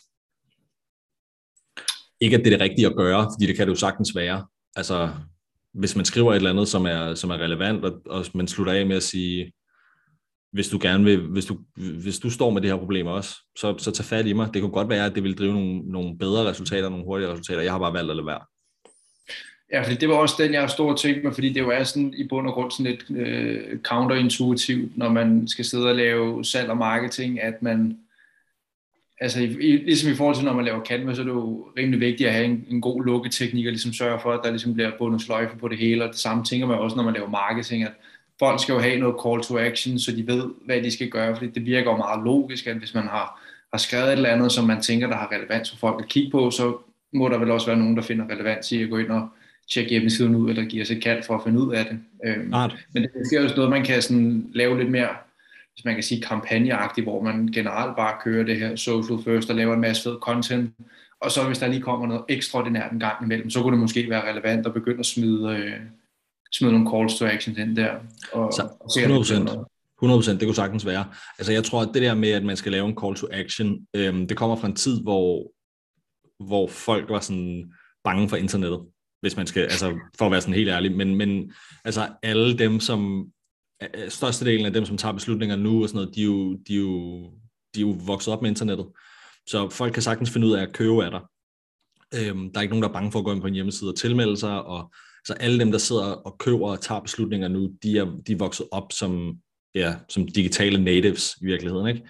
Ikke at det er det rigtige at gøre, fordi det kan det jo sagtens være. Altså hvis man skriver et eller andet, som er relevant, og man slutter af med at sige, hvis du står med det her problem også, så tag fat i mig. Det kunne godt være, at det vil drive nogle bedre resultater, nogle hurtigere resultater. Jeg har bare valgt at lade være. Ja, fordi det var også den, jeg har stået og tænkt mig, fordi det jo er sådan i bund og grund sådan lidt counterintuitivt, når man skal sidde og lave salg og marketing, at man, altså ligesom i forhold til, når man laver Canva, så er det jo rimelig vigtigt at have en god lukketeknik, og ligesom sørge for, at der ligesom bliver bundet sløjfe på det hele, og det samme tænker man også, når man laver marketing, at folk skal jo have noget call to action, så de ved, hvad de skal gøre, fordi det virker jo meget logisk, at hvis man har skrevet et eller andet, som man tænker, der har relevans for folk at kigge på, så må der vel også være nogen, der finder relevans i at gå ind og tjekke hjemmesiden ud, eller give os et kald for at finde ud af det. Men det er også noget, man kan sådan lave lidt mere, hvis man kan sige kampagneagtigt, hvor man generelt bare kører det her social first og laver en masse fed content, og så hvis der lige kommer noget ekstraordinært en gang imellem, så kunne det måske være relevant at begynde at smide nogle calls to action ind der. Og 100%, det kunne sagtens være. Altså jeg tror, at det der med, at man skal lave en call to action, det kommer fra en tid, hvor folk var sådan bange for internettet, hvis man skal, altså for at være sådan helt ærlig, men altså alle dem, som, størstedelen af dem, som tager beslutninger nu og sådan noget, de er jo vokset op med internettet, så folk kan sagtens finde ud af at købe af dig. Der er ikke nogen, der er bange for at gå ind på en hjemmeside og tilmelde sig, og så alle dem, der sidder og køber og tager beslutninger nu, de er vokset op som digitale natives i virkeligheden, ikke?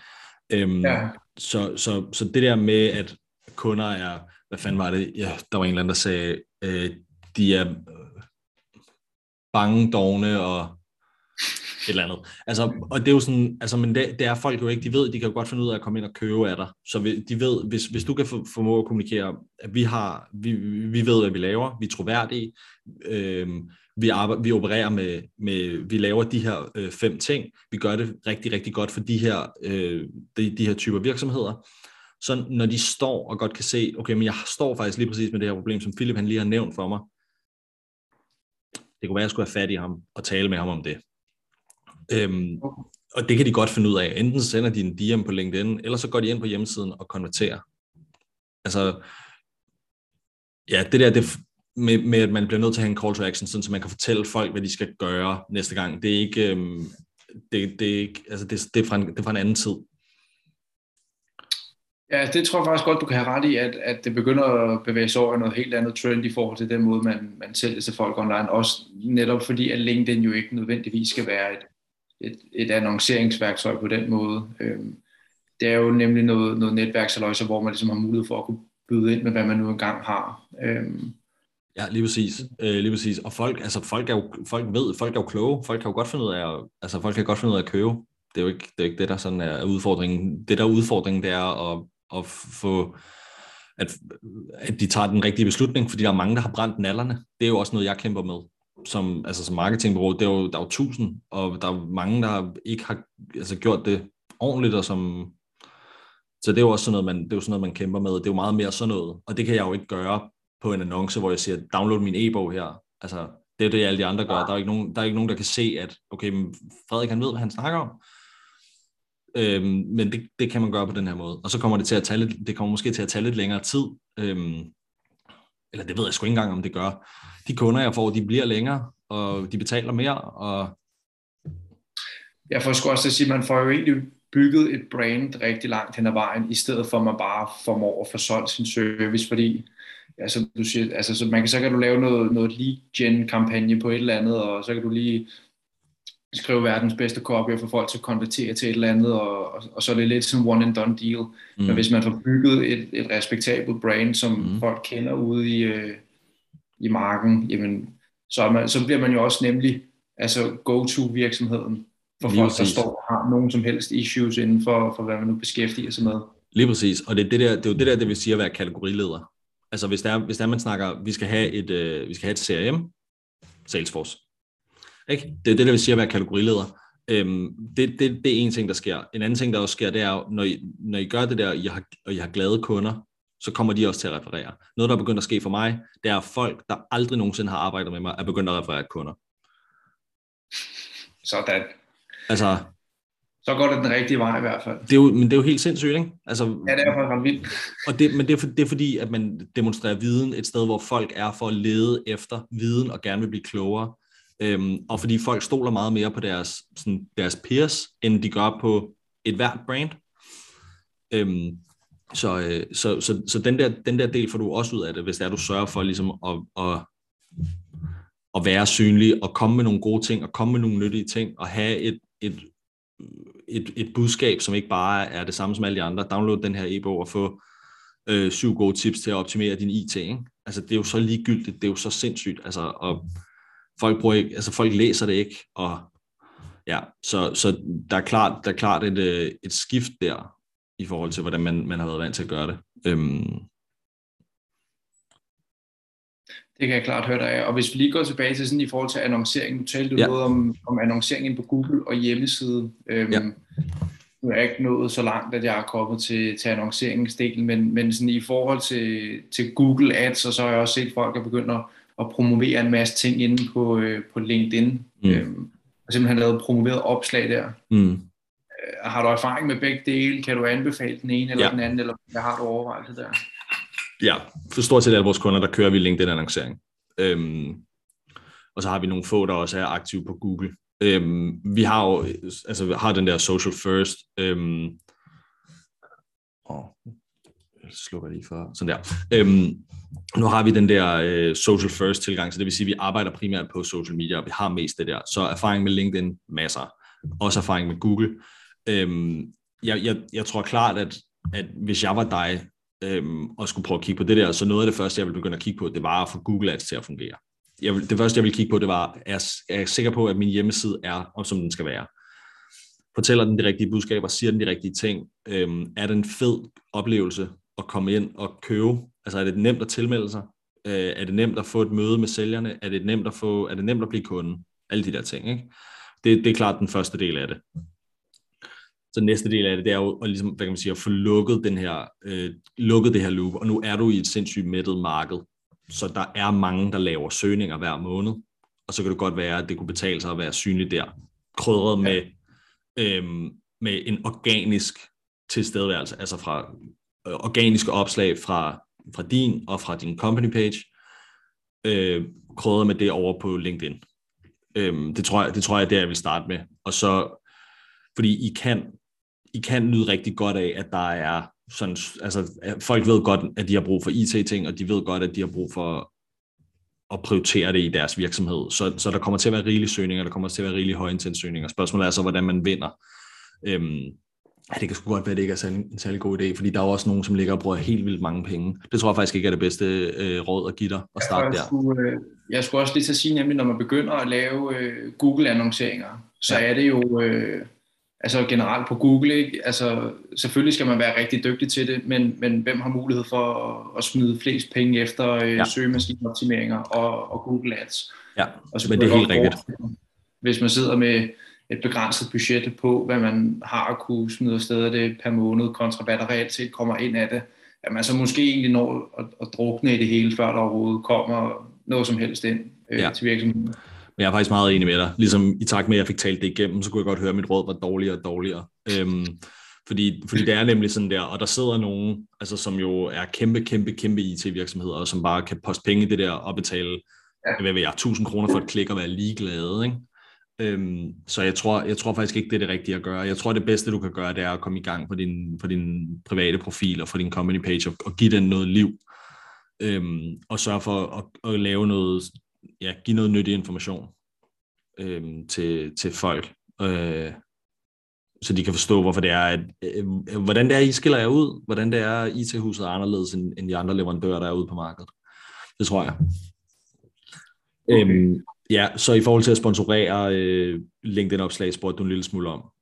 Så det der med, at kunder er, hvad fanden var det? Ja, der var en eller anden, der sagde, de er bange, dovne og eller andet. Altså, og det er jo sådan, altså, men det er folk jo ikke, de ved, de kan jo godt finde ud af at komme ind og købe af dig. Så de ved, hvis du kan formå at kommunikere, at vi ved, hvad vi laver, vi er troværdige, vi opererer med, vi laver de her 5 ting, vi gør det rigtig, rigtig godt for de her typer virksomheder. Så når de står og godt kan se, okay, men jeg står faktisk lige præcis med det her problem, som Philip han lige har nævnt for mig, det kunne være, at jeg skulle have fat i ham og tale med ham om det. Og det kan de godt finde ud af. Enten sender de en DM på LinkedIn, eller så går de ind på hjemmesiden og konverterer. Altså, ja, det der med at man bliver nødt til at have en call to action, sådan, så man kan fortælle folk, hvad de skal gøre næste gang. Det er ikke, det er ikke, altså det er fra en anden tid. Ja, det tror jeg faktisk godt, du kan have ret i, at det begynder at bevæge sig over noget helt andet trend i forhold til den måde, man sælger til folk online. Også netop fordi, at LinkedIn jo ikke nødvendigvis skal være et annonceringsværktøj på den måde. Det er jo nemlig noget netværksaløjse, hvor man ligesom har mulighed for at kunne byde ind med, hvad man nu engang har. Ja, lige præcis. Og folk er jo kloge. Folk kan jo godt finde ud af at købe. Det er jo ikke det, der sådan er udfordringen. Det der udfordringen, det er at få, at de tager den rigtige beslutning, fordi der er mange, der har brændt nallerne. Det er jo også noget, jeg kæmper med. Som marketingbureau, der er jo 1000, og der er mange, der ikke har gjort det ordentligt, og så det er jo også sådan noget, man kæmper med. Det er jo meget mere sådan noget, og det kan jeg jo ikke gøre på en annonce, hvor jeg siger, download min e-bog her. Altså, det er det, alle de andre gør. Der er ikke nogen, der kan se, at okay, men Frederik, han ved, hvad han snakker om. Men det kan man gøre på den her måde. Og så kommer det kommer måske til at tage lidt længere tid. Eller det ved jeg sgu ikke engang, om det gør. De kunder, jeg får, de bliver længere, og de betaler mere. Og jeg får sgu også at sige, at man får jo egentlig bygget et brand rigtig langt hen ad vejen, i stedet for at man bare formår at få solgt sin service, fordi altså, du siger, altså, så kan du lave noget lead gen kampagne på et eller andet, og så kan du lige skrive verdens bedste copy og få folk til at konvertere til et eller andet, og så er det lidt sådan one and done deal. Men hvis man får bygget et respektabelt brand, som folk kender ude i marken, jamen, så bliver man jo også nemlig go-to virksomheden for lige folk, præcis. Der står og har nogen som helst issues inden for hvad man nu beskæftiger sig med. Lige præcis, og det er jo det vil sige at være kategorileder. Altså hvis der man snakker, vi skal have et CRM, Salesforce. Ikke? Det er det, der vil sige at være kategorileder. Det er en ting, der sker. En anden ting, der også sker, det er jo, når I gør det der, og I har glade kunder, så kommer de også til at referere. Noget, der er begyndt at ske for mig, det er folk, der aldrig nogensinde har arbejdet med mig, er begyndt at referere kunder. Sådan. Altså, så går det den rigtige vej i hvert fald. Men det er jo helt sindssygt, ikke? Altså, ja, det er faktisk ret vildt. Men det er fordi, at man demonstrerer viden et sted, hvor folk er for at lede efter viden og gerne vil blive klogere. Og fordi folk stoler meget mere på deres peers, end de gør på et hvert brand. Så den der del får du også ud af det, hvis det er, du sørger for ligesom at være synlig, og komme med nogle gode ting, og komme med nogle nyttige ting, og have et budskab, som ikke bare er det samme som alle de andre. Download den her e-bog og få 7 gode tips til at optimere din IT. Ikke? Altså, det er jo så ligegyldigt, det er jo så sindssygt. Altså, og folk læser det ikke, og ja, så der er klart et skift der, i forhold til, hvordan man har været vant til at gøre det. Det kan jeg klart høre dig af. Og hvis vi lige går tilbage til sådan i forhold til annoncering, nu talte du noget om annonceringen på Google og hjemmeside. Nu er jeg ikke nået så langt, at jeg er kommet til annonceringsdelen, men sådan i forhold til Google Ads, og så har jeg også set folk, der begynder at promovere en masse ting inde på LinkedIn. Og simpelthen lavet promoveret opslag der. Har du erfaring med begge dele? Kan du anbefale den ene eller den anden, eller hvad har du overvejet der? Ja, for stort set alle vores kunder, der kører vi LinkedIn-annoncering. Og så har vi nogle få, der også er aktive på Google. Vi har jo, har den der social first. Jeg slukker lige for sådan der. Nu har vi den der social first tilgang, så det vil sige, at vi arbejder primært på social media, og vi har mest det der. Så erfaring med LinkedIn, masser. Også erfaring med Google. Jeg tror klart, at hvis jeg var dig, og skulle prøve at kigge på det der, så noget af det første, jeg ville begynde at kigge på, det var at få Google Ads til at fungere. det første, jeg vil kigge på, det var, er jeg sikker på, at min hjemmeside er, som den skal være? Fortæller den de rigtige budskaber? Siger den de rigtige ting? Er det en fed oplevelse at komme ind og købe? Altså, er det nemt at tilmelde sig? Er det nemt at få et møde med sælgerne? Er det nemt at blive kunde? Alle de der ting, ikke? Det er klart den første del af det. Så den næste del af det, det er jo at, ligesom, hvad kan man sige, at få lukket det her loop, og nu er du i et sindssygt mættet marked, så der er mange, der laver søgninger hver måned, og så kan det godt være, at det kunne betale sig at være synlig der, krydret med en organisk tilstedeværelse, altså fra organiske opslag fra din og fra din company page, krydret med det over på LinkedIn. Det tror jeg, det jeg vil starte med. Og så, fordi I kan nyde rigtig godt af, at der er sådan, altså folk ved godt, at de har brug for IT-ting, og de ved godt, at de har brug for at prioritere det i deres virksomhed. Så der kommer til at være rigelige søgninger, der kommer til at være rigelige højintenssøgninger. Spørgsmålet er så, hvordan man vinder. Det kan sgu godt være, at det ikke er en særlig god idé, fordi der er også nogen, som ligger og bruger helt vildt mange penge. Det tror jeg faktisk ikke er det bedste råd at give dig at starte der. Jeg skulle også lige til at sige, nemlig når man begynder at lave Google-annonceringer, så er det jo altså generelt på Google, ikke? Altså selvfølgelig skal man være rigtig dygtig til det, men hvem har mulighed for at smide flest penge efter søgemaskineoptimeringer og Google Ads? Ja, og men det er helt rigtigt. Hvis man sidder med et begrænset budget på, hvad man har at kunne smide afsted af det per måned, kontra hvad der reelt set kommer ind af det, at man så måske egentlig når at drukne i det hele, før der overhovedet kommer noget som helst ind til virksomheden. Men jeg er faktisk meget enig med dig. Ligesom i takt med, at jeg fik talt det igennem, så kunne jeg godt høre, at mit råd var dårligere og dårligere. Fordi det er nemlig sådan der, og der sidder nogen, altså, som jo er kæmpe IT-virksomheder, og som bare kan poste penge i det der og betale, hvad ved jeg, 1000 kroner for et klik og være ligeglade, ikke? Så jeg tror faktisk ikke, det er det rigtige at gøre. Jeg tror, det bedste, du kan gøre, det er at komme i gang på din private profil og på din company page og give den noget liv. Og sørge for at lave noget, give noget nyttig information til folk. Så de kan forstå, hvorfor det er, hvordan det er, I skiller jer ud, hvordan det er, IT-huset er anderledes end de andre leverandører, der er ude på markedet. Det tror jeg. Okay. Så i forhold til at sponsorere LinkedIn-opslag, spurgte du en lille smule om.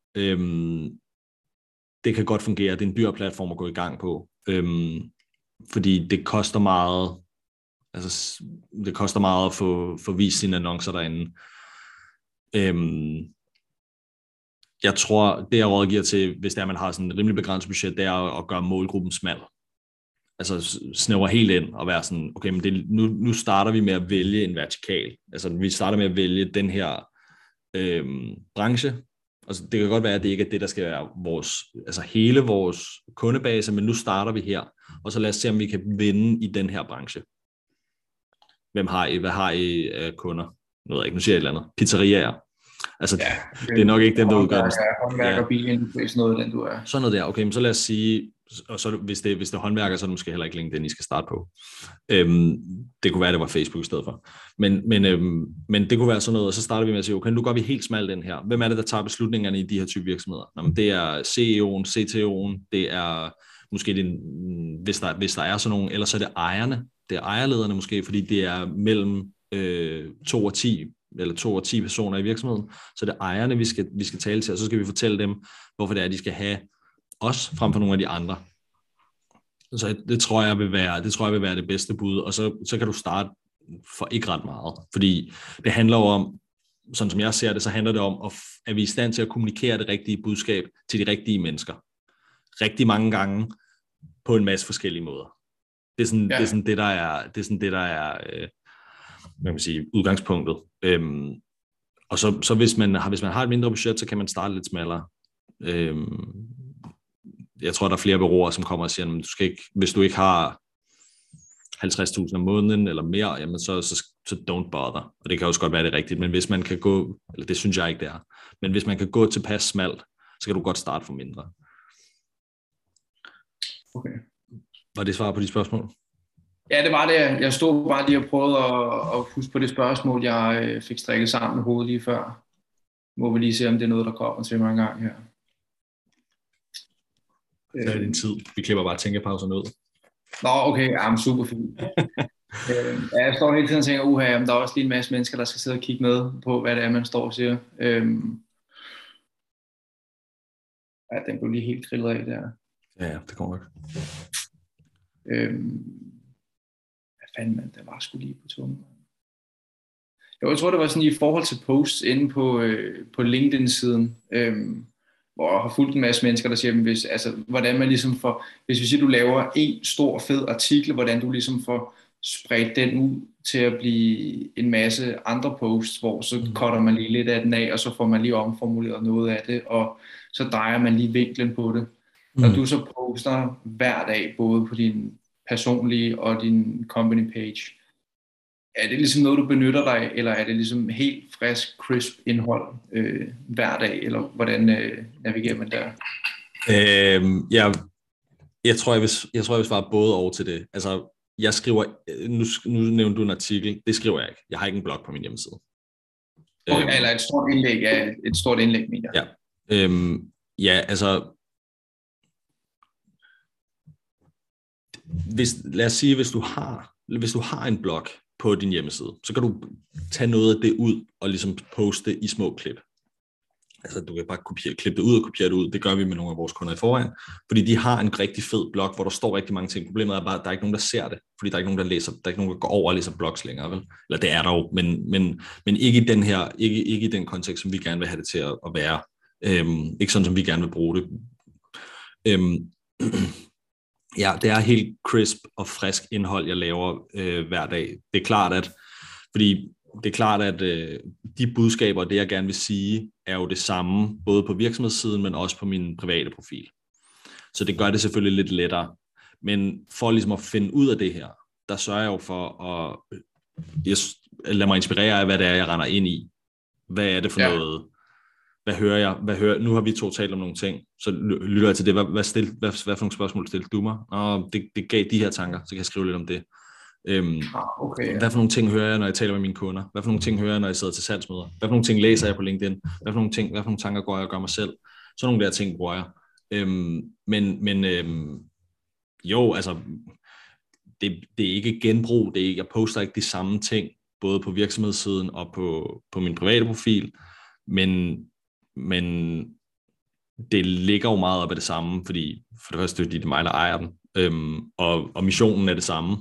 Det kan godt fungere. Det er en dyr platform at gå i gang på. Fordi det koster meget. Altså, det koster meget at få vist sine annoncer derinde. Jeg tror, det jeg rådgiver til, hvis det er, man har sådan et rimelig begrænset budget, det er at gøre målgruppen smal. Altså snævre helt ind og være sådan, okay, men nu starter vi med at vælge en vertikal. Altså vi starter med at vælge den her branche. Altså det kan godt være, at det ikke er det, der skal være hele vores kundebase, men nu starter vi her, og så lad os se, om vi kan vinde i den her branche. Hvad har I kunder? Nu siger jeg et eller andet. Pizzeriaer. Altså, det er nok ikke dem, der udgør den. Håndværker, bilindustri, sådan noget, den du er. Sådan noget der. Okay, men så lad os sige, og så hvis det er håndværker, så er det måske heller ikke LinkedIn, I skal starte på. Det kunne være, det var Facebook i stedet for. Men det kunne være sådan noget, og så starter vi med at sige, okay, nu går vi helt smalt den her. Hvem er det, der tager beslutningerne i de her type virksomheder? Jamen, det er CEO'en, CTO'en, det er måske hvis der er sådan nogle, eller så er det ejerne. Det er ejerlederne måske, fordi det er mellem 2 og 10 personer i virksomheden, så det er ejerne, vi skal tale til, og så skal vi fortælle dem, hvorfor det er, de skal have os frem for nogle af de andre. Så det tror jeg vil være det bedste bud, og så kan du starte for ikke ret meget, fordi det handler jo om, sådan som jeg ser det, så handler det om, at vi er i stand til at kommunikere det rigtige budskab til de rigtige mennesker. Rigtig mange gange på en masse forskellige måder. Det er sådan det, der er hvad man sige, udgangspunktet. Og så hvis man har et mindre budget, så kan man starte lidt smallere. Jeg tror, der er flere bureauer, som kommer og siger, at du skal ikke, hvis du ikke har 50.000 om måneden eller mere, jamen så don't bother. Og det kan også godt være det rigtigt, men hvis man kan gå, eller det synes jeg ikke, det er, men hvis man kan gå tilpas smalt, så kan du godt starte for mindre. Okay. Var det svar på de spørgsmål? Ja, det var det. Jeg stod bare lige og prøvede at huske på det spørgsmål, jeg fik strikket sammen i hovedet lige før. Må vi lige se, om det er noget, der kommer til mig en gang her. Så er det en tid. Vi klipper bare tænkepauserne ud. Nå, okay. Ja, super fint. Jeg står hele tiden og tænker, men der er også lige en masse mennesker, der skal sidde og kigge med på, hvad det er, man står og siger. Ja, den blev lige helt grillet af der. Ja, det kommer nok. Hvad fanden, man, der var sgu lige på tungen. Jeg tror, det var sådan i forhold til posts inde på LinkedIn-siden, hvor jeg har fulgt en masse mennesker, der siger, hvordan man ligesom får, hvis vi siger, du laver en stor fed artikel, hvordan du ligesom får spredt den ud til at blive en masse andre posts, hvor så cutter man lige lidt af den af, og så får man lige omformuleret noget af det, og så drejer man lige vinklen på det. Når du så poster hver dag, både på din personlige og din company page, er det ligesom noget, du benytter dig, eller er det ligesom helt frisk, crisp indhold hver dag, eller hvordan navigerer man der? Jeg tror, jeg vil svare både over til det. Altså, jeg skriver, nu nævnte du en artikel, det skriver jeg ikke. Jeg har ikke en blog på min hjemmeside. Okay, eller et stort indlæg, mener jeg. Ja. Ja, altså, lad os sige, hvis du har en blog på din hjemmeside, så kan du tage noget af det ud og ligesom poste i små klip. Altså, du kan bare klippe det ud og kopiere det ud. Det gør vi med nogle af vores kunder i forvejen, fordi de har en rigtig fed blog, hvor der står rigtig mange ting. Problemet er bare, at der er ikke nogen, der ser det, fordi der er ikke nogen, der læser. Der er ikke nogen, der går over og læser blogs længere, vel? Eller det er der jo, men ikke i den her, ikke i den kontekst, som vi gerne vil have det til at være. Ikke sådan, som vi gerne vil bruge det. Ja, det er helt crisp og frisk indhold, jeg laver hver dag. Det er klart, at de budskaber, det jeg gerne vil sige, er jo det samme, både på virksomhedssiden, men også på min private profil. Så det gør det selvfølgelig lidt lettere. Men for ligesom at finde ud af det her, der sørger jeg jo for at lade mig inspirere af, hvad det er, jeg render ind i. Hvad er det for noget? Hvad hører jeg? Nu har vi to talt om nogle ting, så lytter jeg til det. Hvad for nogle spørgsmål stillede du mig? Det gav de her tanker, så kan jeg skrive lidt om det. Okay. Hvad for nogle ting hører jeg, når jeg taler med mine kunder? Hvad for nogle ting hører jeg, når jeg sidder til salgsmøder? Hvad for nogle ting læser jeg på LinkedIn? Hvad for nogle tanker går jeg og gør mig selv? Sådan nogle der ting bruger jeg. Jo, altså, det er ikke genbrug. Jeg poster ikke de samme ting, både på virksomhedssiden og på min private profil, men det ligger jo meget op af det samme, fordi for det første, fordi det er mig, der ejer den, og missionen er det samme.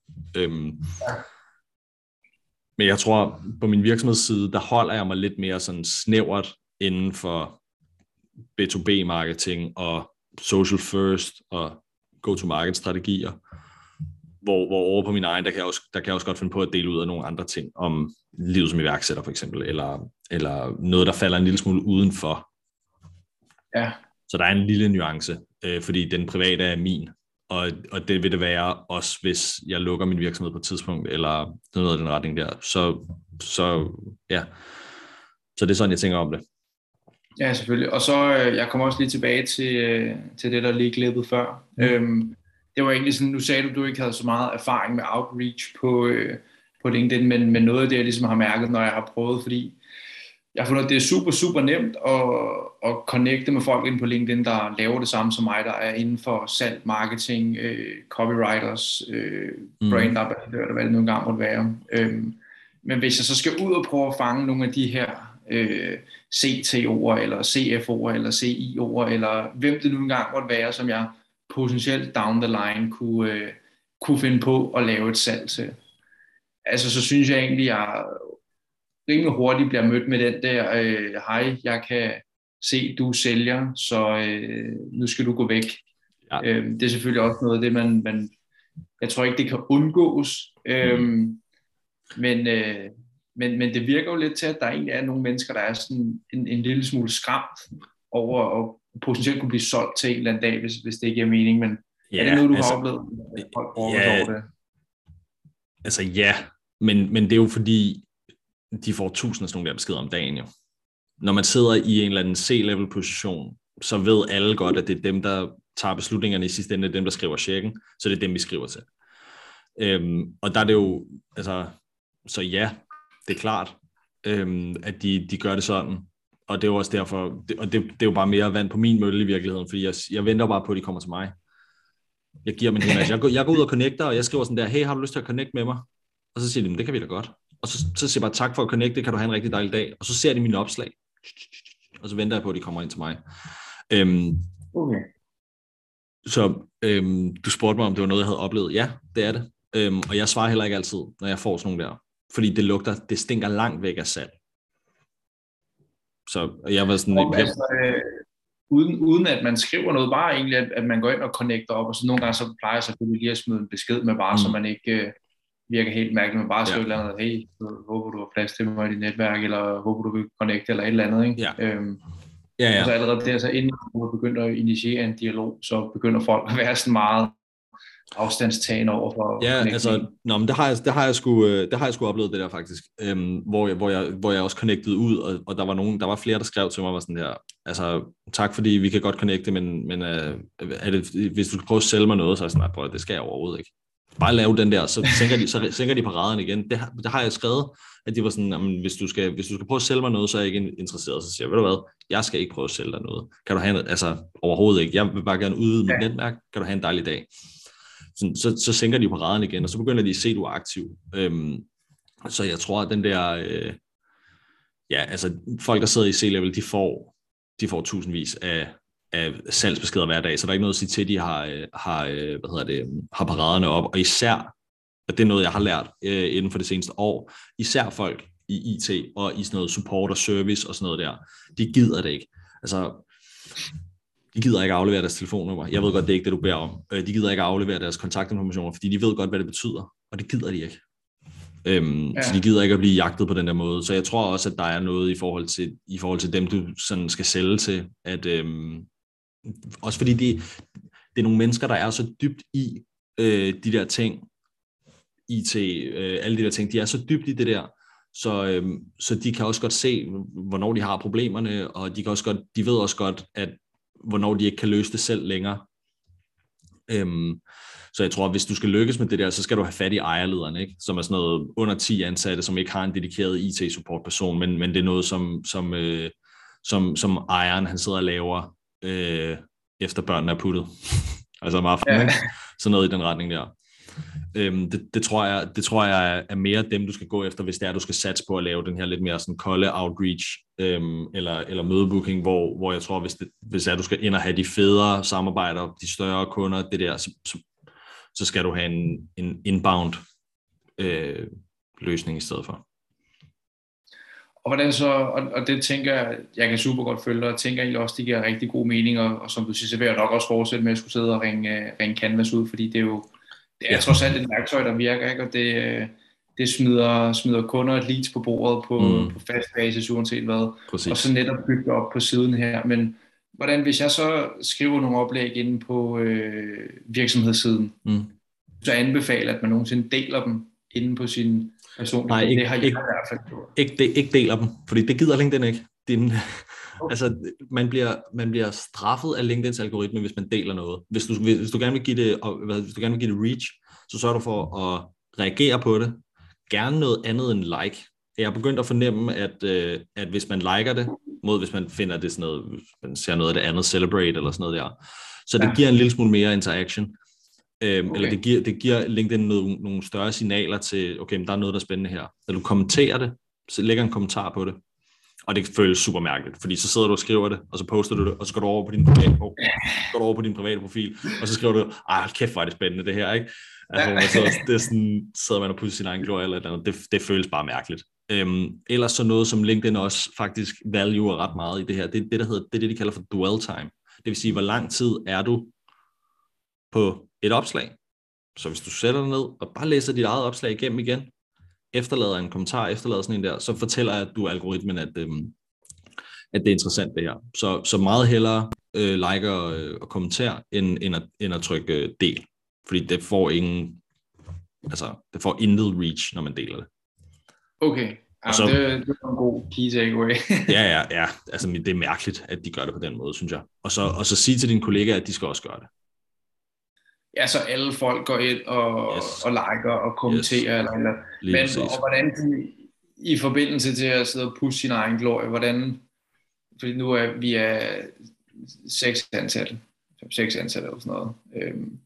Men jeg tror, på min virksomhedsside, der holder jeg mig lidt mere sådan snævert inden for B2B-marketing og social first og go-to-market-strategier, hvor over på min egen, der kan jeg også godt finde på at dele ud af nogle andre ting, om livet som iværksætter for eksempel, eller noget, der falder en lille smule udenfor. Ja. Så der er en lille nuance, fordi den private er min, og det vil det være også, hvis jeg lukker min virksomhed på et tidspunkt, eller noget af den retning der. Så ja, så det er sådan, jeg tænker om det. Ja, selvfølgelig. Og så, jeg kommer også lige tilbage til det, der lige glippede før. Det var egentlig sådan, nu sagde du ikke havde så meget erfaring med outreach på LinkedIn, men noget af det, jeg ligesom har mærket, når jeg har prøvet, fordi jeg har fundet, at det er super, super nemt at connecte med folk inde på LinkedIn, der laver det samme som mig, der er inden for salg, marketing, copywriters, brand ambassadør, eller hvad det nu engang måtte være. Men hvis jeg så skal ud og prøve at fange nogle af de her CTO'er, eller CFO'er, eller CIO'er, eller hvem det nu engang måtte være, som jeg potentielt down the line kunne finde på at lave et salg til. Altså, så synes jeg egentlig, jeg rimelig hurtigt bliver mødt med den der, hej, jeg kan se, du sælger, så nu skal du gå væk. Ja. Det er selvfølgelig også noget af det, man jeg tror ikke, det kan undgås, men det virker jo lidt til, at der egentlig er nogle mennesker, der er sådan en lille smule skræmt over at potentielt kunne blive solgt til en eller anden dag, hvis det giver mening, men er det noget, du har oplevet? Altså ja, men det er jo fordi, de får tusind af sådan nogle der beskeder om dagen jo. Når man sidder i en eller anden C-level position, så ved alle godt, at det er dem, der tager beslutningerne i sidste ende, dem, der skriver checken, så det er dem, vi skriver til. Og der er det jo, altså, så ja, det er klart, at de gør det sådan, og det er jo også derfor, og det er jo bare mere vand på min mølle i virkeligheden, fordi jeg venter bare på, at de kommer til mig. Jeg giver min henvendelse. Jeg går ud og connecter, og jeg skriver sådan der, hey, har du lyst til at connecte med mig? Og så siger de, det kan vi da godt. Og så siger jeg bare, tak for at connecte, kan du have en rigtig dejlig dag. Og så ser de mine opslag. Og så venter jeg på, at de kommer ind til mig. Okay. Så du spurgte mig, om det var noget, jeg havde oplevet. Ja, det er det. Og jeg svarer heller ikke altid, når jeg får sådan nogle der. Fordi det stinker langt væk af salg. Så jeg var sådan... Uden at man skriver noget, bare egentlig, at man går ind og connecter op, og så nogle gange så plejer jeg selvfølgelig lige at smide en besked med bare, så man ikke virker helt mærkeligt, men bare skriver et eller andet, hey, håber du har plads til mig i dit netværk, eller håber du vil connecte, eller et eller andet, ikke? Ja. Og så allerede der, så inden man begynder at initiere en dialog, så begynder folk at være sådan meget afstandstagende over for men det har jeg sgu oplevet det der faktisk, hvor jeg også connectede ud, og der var flere, der skrev til mig, var sådan der, altså tak fordi vi kan godt connecte, men er det, hvis du skal prøve at sælge mig noget, så er jeg sådan, nej, det skal jeg overhovedet ikke. Bare lave den der, så sænker de paraderne igen. Det har jeg skrevet, at de var sådan, jamen, hvis du skal prøve at sælge mig noget, så er jeg ikke interesseret. Så siger jeg, ved du hvad, jeg skal ikke prøve at sælge dig noget. Kan du have overhovedet ikke. Jeg vil bare gerne udvide mit netværk. Kan du have en dejlig dag? Så sænker de paraderne igen, og så begynder de at se, at du er aktiv. Så jeg tror, at den der, folk, der sidder i C-level, de får tusindvis af salgsbeskeder hver dag, så der er ikke noget at sige til, at de har paraderne op, og især, og det er noget, jeg har lært inden for det seneste år, især folk i IT og i sådan noget support og service og sådan noget der, de gider det ikke. Altså, de gider ikke aflevere deres telefonnummer. Jeg ved godt, det er ikke det, du beder om. De gider ikke aflevere deres kontaktinformationer, fordi de ved godt, hvad det betyder, og det gider de ikke. Så de gider ikke at blive jagtet på den der måde. Så jeg tror også, at der er noget i forhold til dem, du sådan skal sælge til, at også fordi det er nogle mennesker, der er så dybt i de der ting, IT, alle de der ting, de er så dybt i det der, så de kan også godt se, hvornår de har problemerne, og de ved også godt, at hvornår de ikke kan løse det selv længere. Så jeg tror, at hvis du skal lykkes med det der, så skal du have fat i ejerlederen, ikke? Som er sådan noget under 10 ansatte, som ikke har en dedikeret IT-support-person, men det er noget, som ejeren, han sidder og laver efter børnene er puttet. Altså om aftenen, ikke? Sådan noget i den retning der. Det tror jeg er mere dem, du skal gå efter, hvis det er, du skal satse på at lave den her lidt mere sådan kolde outreach, eller mødebooking, hvor jeg tror, hvis du skal ind og have de federe samarbejder, de større kunder, det der, så skal du have en inbound løsning i stedet for. Og hvordan så, og det tænker jeg kan super godt følge, og tænker egentlig også, det giver rigtig god mening, og som du siger, så vil jeg nok også fortsætte med at skulle sidde og ringe Canvas ud, fordi det er jo, det er trods alt et værktøj, der virker, ikke? Og det smider kunder et leads på bordet på fast basis, uanset hvad. Præcis. Og så netop bygge op på siden her. Men hvordan, hvis jeg så skriver nogle oplæg inde på virksomhedssiden, så anbefaler, at man nogensinde deler dem inde på sin person. Nej, det har jeg i hvert fald gjort. Ikke deler dem, fordi det gider LinkedIn ikke. Altså, man bliver straffet af LinkedIns algoritme, hvis man deler noget. Hvis du gerne vil give det, reach, så sørger du for at reagere på det. Gerne noget andet end like. Jeg har begyndt at fornemme, at hvis man liker det, mod hvis man finder det sådan noget, man ser noget af det andet, celebrate eller sådan noget der, så det giver en lille smule mere interaction. Eller det giver LinkedIn nogle større signaler til, okay, men der er noget, der er spændende her. Når du kommenterer det, så lægger en kommentar på det. Og det føles super mærkeligt, fordi så sidder du og skriver det, og så poster du det, og så går du over på din private profil, og så skriver du, kæft, hvor er det spændende det her, ikke? Altså, det er sådan, sidder man og pusser sin egen glorie eller et eller andet. Det føles bare mærkeligt. Ellers så noget, som LinkedIn også faktisk valuer ret meget i det her, det er det, de kalder for dwell time. Det vil sige, hvor lang tid er du på et opslag. Så hvis du sætter dig ned og bare læser dit eget opslag igennem igen, efterlader en kommentar, efterlader sådan en der, så fortæller jeg, at du er algoritmen, at det er interessant det her. Så meget hellere like og kommentere, end at trykke del. Fordi det får intet reach, når man deler det. Okay, så, det er en god key takeaway. ja, altså det er mærkeligt, at de gør det på den måde, synes jeg. Og så sige til dine kollegaer, at de skal også gøre det. Ja, så alle folk går ind og liker og kommenterer. Eller. Men og hvordan de, i forbindelse til at sidde og pusse sin egen glorie, hvordan, fordi nu er vi 6 ansatte eller sådan noget.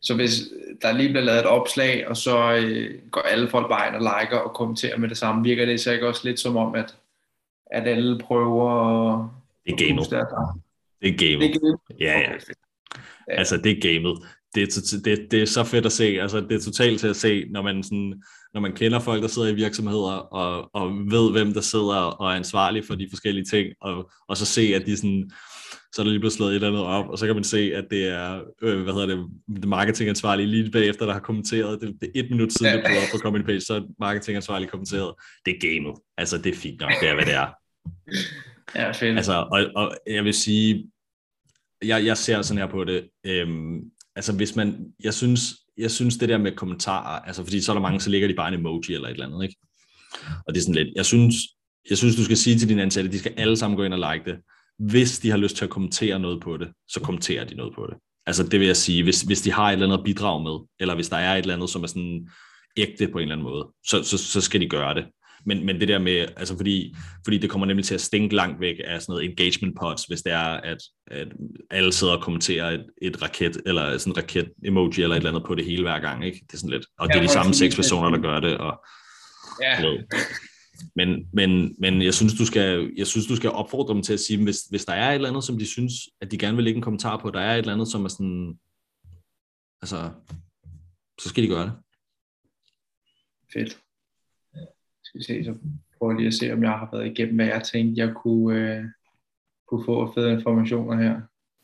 Så hvis der lige bliver lavet et opslag, og så går alle folk bare ind og liker og kommenterer med det samme, virker det så ikke også lidt som om, at alle prøver at... Det er gamet. Det er gamet. Ja. Okay. Ja. Altså, det er gamet. Det er så fedt at se. Altså, det er totalt til at se, når man kender folk, der sidder i virksomheder, og ved, hvem der sidder og er ansvarlig for de forskellige ting, og så se, at de sådan... Så er der lige blevet slået et eller andet op, og så kan man se, at det er, det marketingansvarlige lige bagefter, der har kommenteret. Det er 1 minut siden, det blev op på comment page, så er marketingansvarlige kommenteret. Det er gamet. Altså, det er fint nok. Det er, hvad det er. Ja, fedt. Altså, og jeg vil sige, jeg ser sådan her på det. Altså, hvis man, jeg synes det der med kommentarer, altså, fordi så er der mange, så ligger de bare en emoji eller et eller andet, ikke? Og det er sådan lidt, jeg synes, du skal sige til dine ansatte, de skal alle sammen gå ind og like det. Hvis de har lyst til at kommentere noget på det, så kommenterer de noget på det. Altså det vil jeg sige, hvis de har et eller andet at bidrage med, eller hvis der er et eller andet, som er sådan ægte på en eller anden måde, så skal de gøre det. Men det der med, altså fordi det kommer nemlig til at stinke langt væk af sådan noget engagement pods, hvis det er, at alle sidder og kommenterer et raket, eller sådan en raket-emoji eller et eller andet på det hele hver gang, ikke? Det er sådan lidt, og det er de samme 6 personer, der gør det, og... Ja. Men jeg synes, du skal opfordre dem til at sige, hvis der er et eller andet, som de synes, at de gerne vil lægge en kommentar på, der er et eller andet, som er sådan, altså, så skal de gøre det. Fedt. Skal vi se, så prøver jeg lige at se, om jeg har været igennem, hvad jeg tænkte, jeg kunne få af fede informationer her.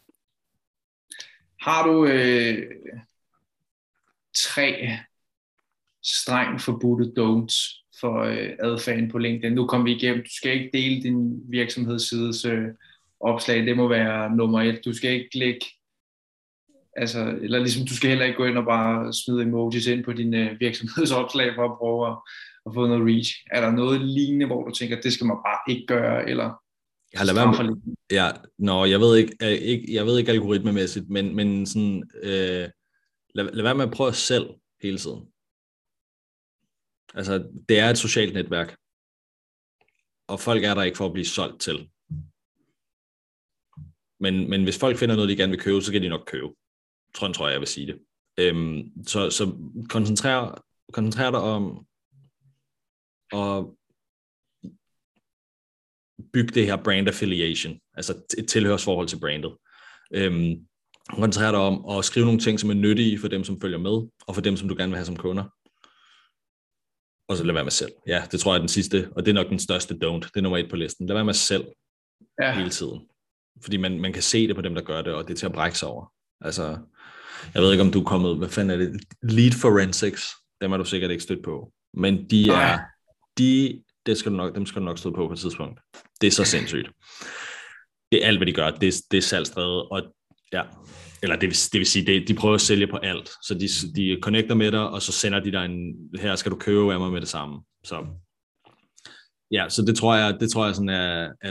Har du 3 strengt forbudte don'ts for adfærden på LinkedIn? Nu kommer vi igennem. Du skal ikke dele din virksomhedssides opslag. Det må være nummer 1. Du skal ikke lægge, altså, eller ligesom du skal heller ikke gå ind og bare smide emojis ind på din virksomhedsopslag for at prøve at få noget reach. Er der noget lignende, hvor du tænker, at det skal man bare ikke gøre, eller jeg ved ikke algoritmemæssigt, men sådan, lad være med at prøve selv hele tiden. Altså, det er et socialt netværk, og folk er der ikke for at blive solgt til. Men hvis folk finder noget, de gerne vil købe, så kan de nok købe. Tror jeg vil sige det. Så koncentrer dig om at bygge det her brand affiliation, altså et tilhørsforhold til brandet. Koncentrer dig om at skrive nogle ting, som er nyttige for dem, som følger med, og for dem, som du gerne vil have som kunder. Og så lad være med selv. Ja, det tror jeg er den sidste, og det er nok den største don't. Det er nummer 1 på listen. Lad være med selv hele tiden. Fordi man kan se det på dem, der gør det, og det er til at brække sig over. Altså, jeg ved ikke, om du er kommet, hvad fanden er det? Lead forensics, dem er du sikkert ikke stødt på. Men dem skal du nok støde på et tidspunkt. Det er så sindssygt. Det er alt, hvad de gør. Det er salgsdrevet, og ja, eller det vil sige, de prøver at sælge på alt. Så de connecter med dig, og så sender de dig her skal du købe af mig med det samme. Så ja, så det tror jeg sådan er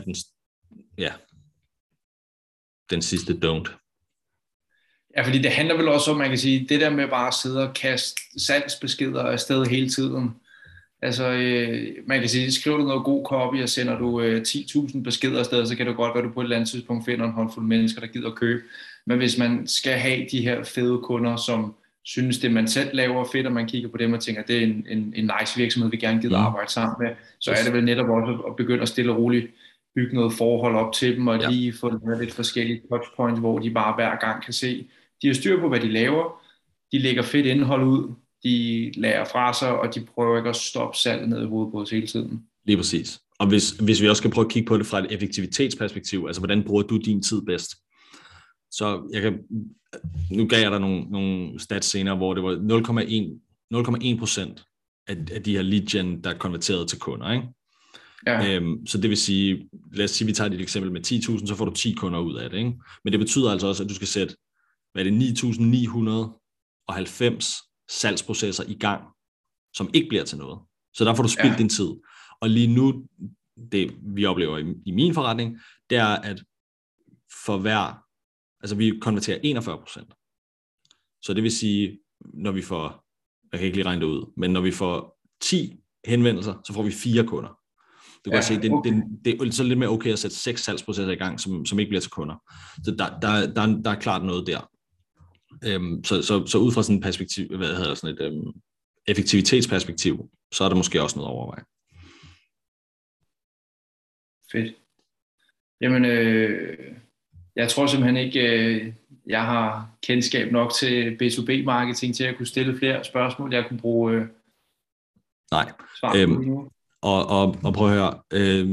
den sidste don't. Ja, fordi det handler vel også om, man kan sige, det der med bare at sidde og kaste salgsbeskeder afsted hele tiden. Altså, man kan sige, skriver du noget god copy, og sender du 10.000 beskeder afsted, så kan det godt være, at du på et eller andet tidspunkt finder en håndfuld mennesker, der gider at købe. Men hvis man skal have de her fede kunder, som synes, det man selv laver er fedt, og man kigger på dem og tænker, det er en nice virksomhed, vi gerne gider arbejde sammen med, så er det vel netop også at begynde at stille og roligt bygge noget forhold op til dem, og lige få lidt forskellige touchpoints, hvor de bare hver gang kan se, de har styr på, hvad de laver, de lægger fedt indhold ud, de lærer fra sig, og de prøver ikke at stoppe salget ned i hovedet på os hele tiden. Lige præcis. Og hvis vi også skal prøve at kigge på det fra et effektivitetsperspektiv, altså hvordan bruger du din tid bedst? Så nu gav jeg dig nogle stats senere, hvor det var 0,1% af de her lead gen, der er konverteret til kunder, ikke? Ja. Så det vil sige, lad os sige, vi tager et eksempel med 10.000, så får du 10 kunder ud af det, ikke? Men det betyder altså også, at du skal sætte, 9.990 salgsprocesser i gang, som ikke bliver til noget. Så der får du spildt din tid. Og lige nu, det vi oplever i min forretning, det er, at for altså vi konverterer 41%. Så det vil sige, når vi får, jeg kan ikke lige regne det ud, men når vi får 10 henvendelser, så får vi 4 kunder. Du kan se, det er så lidt mere okay at sætte 6 salgsprocesser i gang, som ikke bliver til kunder. Så der er klart noget der. Så ud fra sådan et perspektiv, hvad hedder sådan et effektivitetsperspektiv, så er der måske også noget at overveje. Fedt. Jamen, jeg tror simpelthen ikke, jeg har kendskab nok til B2B-marketing til at kunne stille flere spørgsmål, jeg kunne bruge svar på nu. Og prøv at høre,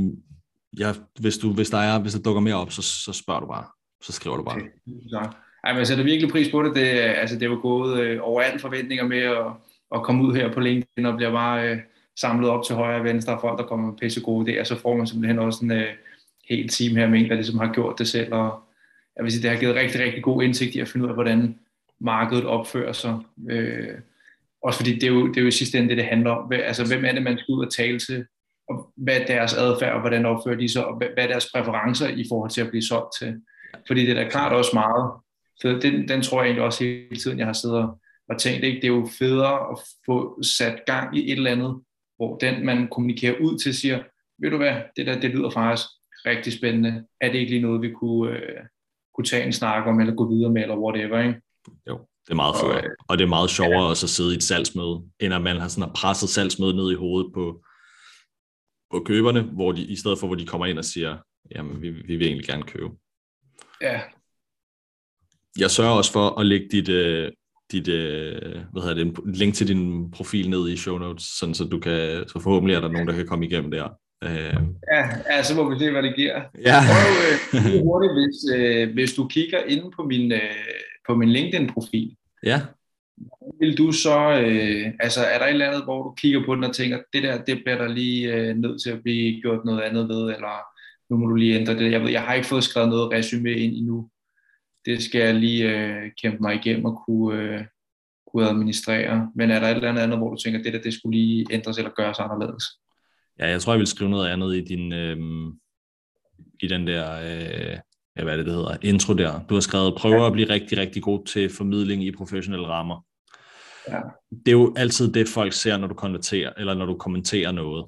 hvis der dukker mere op, så spørger du bare. Så skriver du bare. Okay. Ej, men jeg sætter virkelig pris på det. Det er jo gået over alle forventninger med at komme ud her på LinkedIn og bliver bare samlet op til højre og venstre af folk, der kommer med pisse gode idéer. Så får man simpelthen også en helt team her med en, der ligesom har gjort det selv. Og jeg vil sige, det har givet rigtig, rigtig god indsigt i at finde ud af, hvordan markedet opfører sig. Også fordi det er jo i sidste ende det handler om. Altså, hvem er det, man skal ud og tale til? Og hvad er deres adfærd, og hvordan opfører de sig? Og hvad er deres præferencer i forhold til at blive solgt til? Fordi det er da klart også meget. Så den tror jeg egentlig også hele tiden, jeg har siddet og tænkt, ikke? Det er jo federe at få sat gang i et eller andet, hvor den, man kommunikerer ud til, siger, ved du hvad, det lyder faktisk rigtig spændende. Er det ikke lige noget, vi kunne tage en snak om, eller gå videre med, eller whatever, ikke? Jo, det er meget fedt. Og det er meget sjovere også at sidde i et salgsmøde, end at man har sådan presset salgsmødet ned i hovedet på køberne, hvor de, i stedet for, hvor de kommer ind og siger, jamen, vi vil egentlig gerne købe. Ja. Jeg sørger også for at lægge dit link til din profil ned i show notes, sådan så du kan, så forhåbentlig er der nogen, der kan komme igennem der. Ja, så må vi se, hvad det giver. Ja. Prøv hurtigt, hvis du kigger inde på min LinkedIn-profil. Ja. Vil du så, er der et eller andet, hvor du kigger på den og tænker, det bliver der lige nødt til at blive gjort noget andet ved, eller nu må du lige ændre det. Jeg har ikke fået skrevet noget resume ind endnu. Det skal jeg lige kæmpe mig igennem og kunne administrere. Men er der et eller andet, hvor du tænker, det skulle lige ændres eller gøres anderledes? Ja, jeg tror, jeg vil skrive noget andet i din i den der, hvad er det hedder, intro der. Du har skrevet, prøver at blive rigtig, rigtig god til formidling i professionelle rammer. Ja. Det er jo altid det, folk ser, når du konverterer, eller når du kommenterer noget.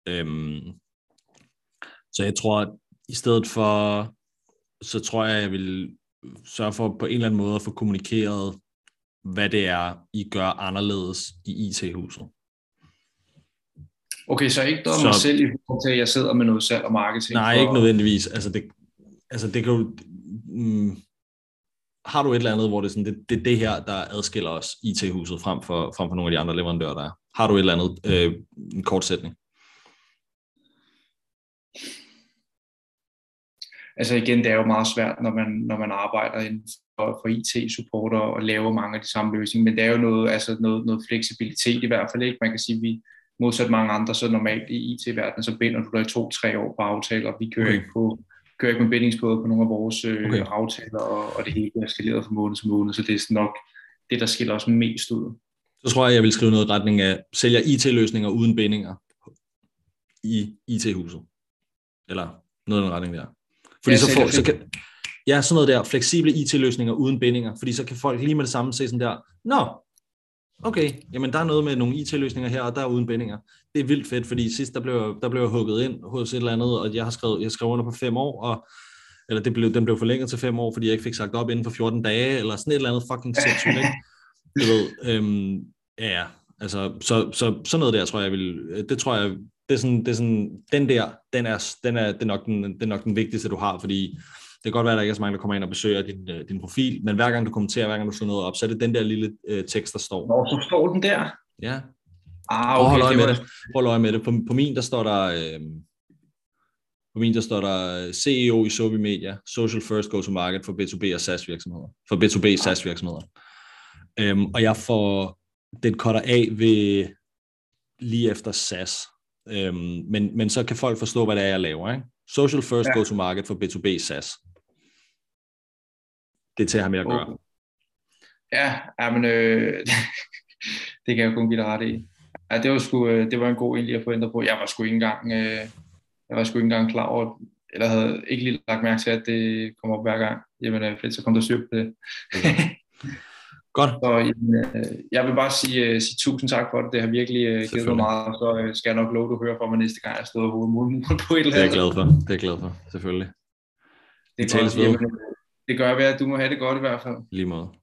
Så jeg tror, at i stedet for, så tror jeg vil sørge for på en eller anden måde at få kommunikeret, hvad det er, I gør anderledes i IT-huset. Okay, så ikke noget mig selv i forhold til, at jeg sidder med noget salg og marketing? Nej, ikke nødvendigvis. Det kan jo... har du et eller andet, hvor det er sådan, det her, der adskiller os IT-huset frem for nogle af de andre leverandører, der er? Har du et eller andet, en kort sætning? Altså igen, det er jo meget svært, når man arbejder inden for IT-supporter og laver mange af de samme løsninger, men det er jo noget fleksibilitet i hvert fald, ikke? Man kan sige, vi modsat mange andre, så normalt i IT-verdenen, så binder du dig i 2-3 år på aftaler, og vi kører ikke med bindingsbåde på nogle af vores aftaler, og det hele er skaleret fra måned til måned, så det er sådan nok det, der skiller os mest ud. Så tror jeg vil skrive noget i retning af, sælger IT-løsninger uden bindinger i IT-huset. Eller noget i den retning der. Fordi sådan noget der, fleksible IT-løsninger uden bindinger, fordi så kan folk lige med det samme se sådan der, okay, jamen der er noget med nogle IT-løsninger her, og der er uden bindinger. Det er vildt fedt, fordi sidst der blev jeg hugget ind hos et eller andet, og jeg skrev under på 5 år, eller den blev forlænget til 5 år, fordi jeg ikke fik sagt op inden for 14 dage, eller sådan et eller andet fucking sindssygt, ikke? Du ved, altså, så sådan noget der, tror jeg, det er sådan, den der, det er nok den vigtigste, du har, fordi det kan godt være, at der ikke er så mange, der kommer ind og besøger din profil, men hver gang du kommenterer, hver gang du slår noget op, så er det den der lille tekst, der står. Nå, så står den der? Ja. Okay, Prøv at holde øje med det. På min, der står der CEO i Sobi Media, Social First Go-to-Market for B2B og SaaS virksomheder. For B2B SaaS virksomheder. Og jeg får den cutter af ved lige efter SaaS. Men så kan folk forstå, hvad det er, jeg laver, ikke? Social First Go-to-Market for B2B SaaS. Det er til at have med at gøre. Ja, men det kan jeg kun give dig ret i. Ja, det var en god egentlig at få ændret på. Jeg var sgu ikke engang klar over, eller havde ikke lige lagt mærke til, at det kom op hver gang. Jamen fedt, så kom der styr på det. Godt. Så jeg vil bare sige tusind tak for det. Det har virkelig givet mig meget, så skal jeg nok love, du hører fra mig næste gang, jeg står hovedet på et eller andet. Det er jeg glad for, selvfølgelig. Det gør jeg ved, at du må have det godt i hvert fald. Lige måde.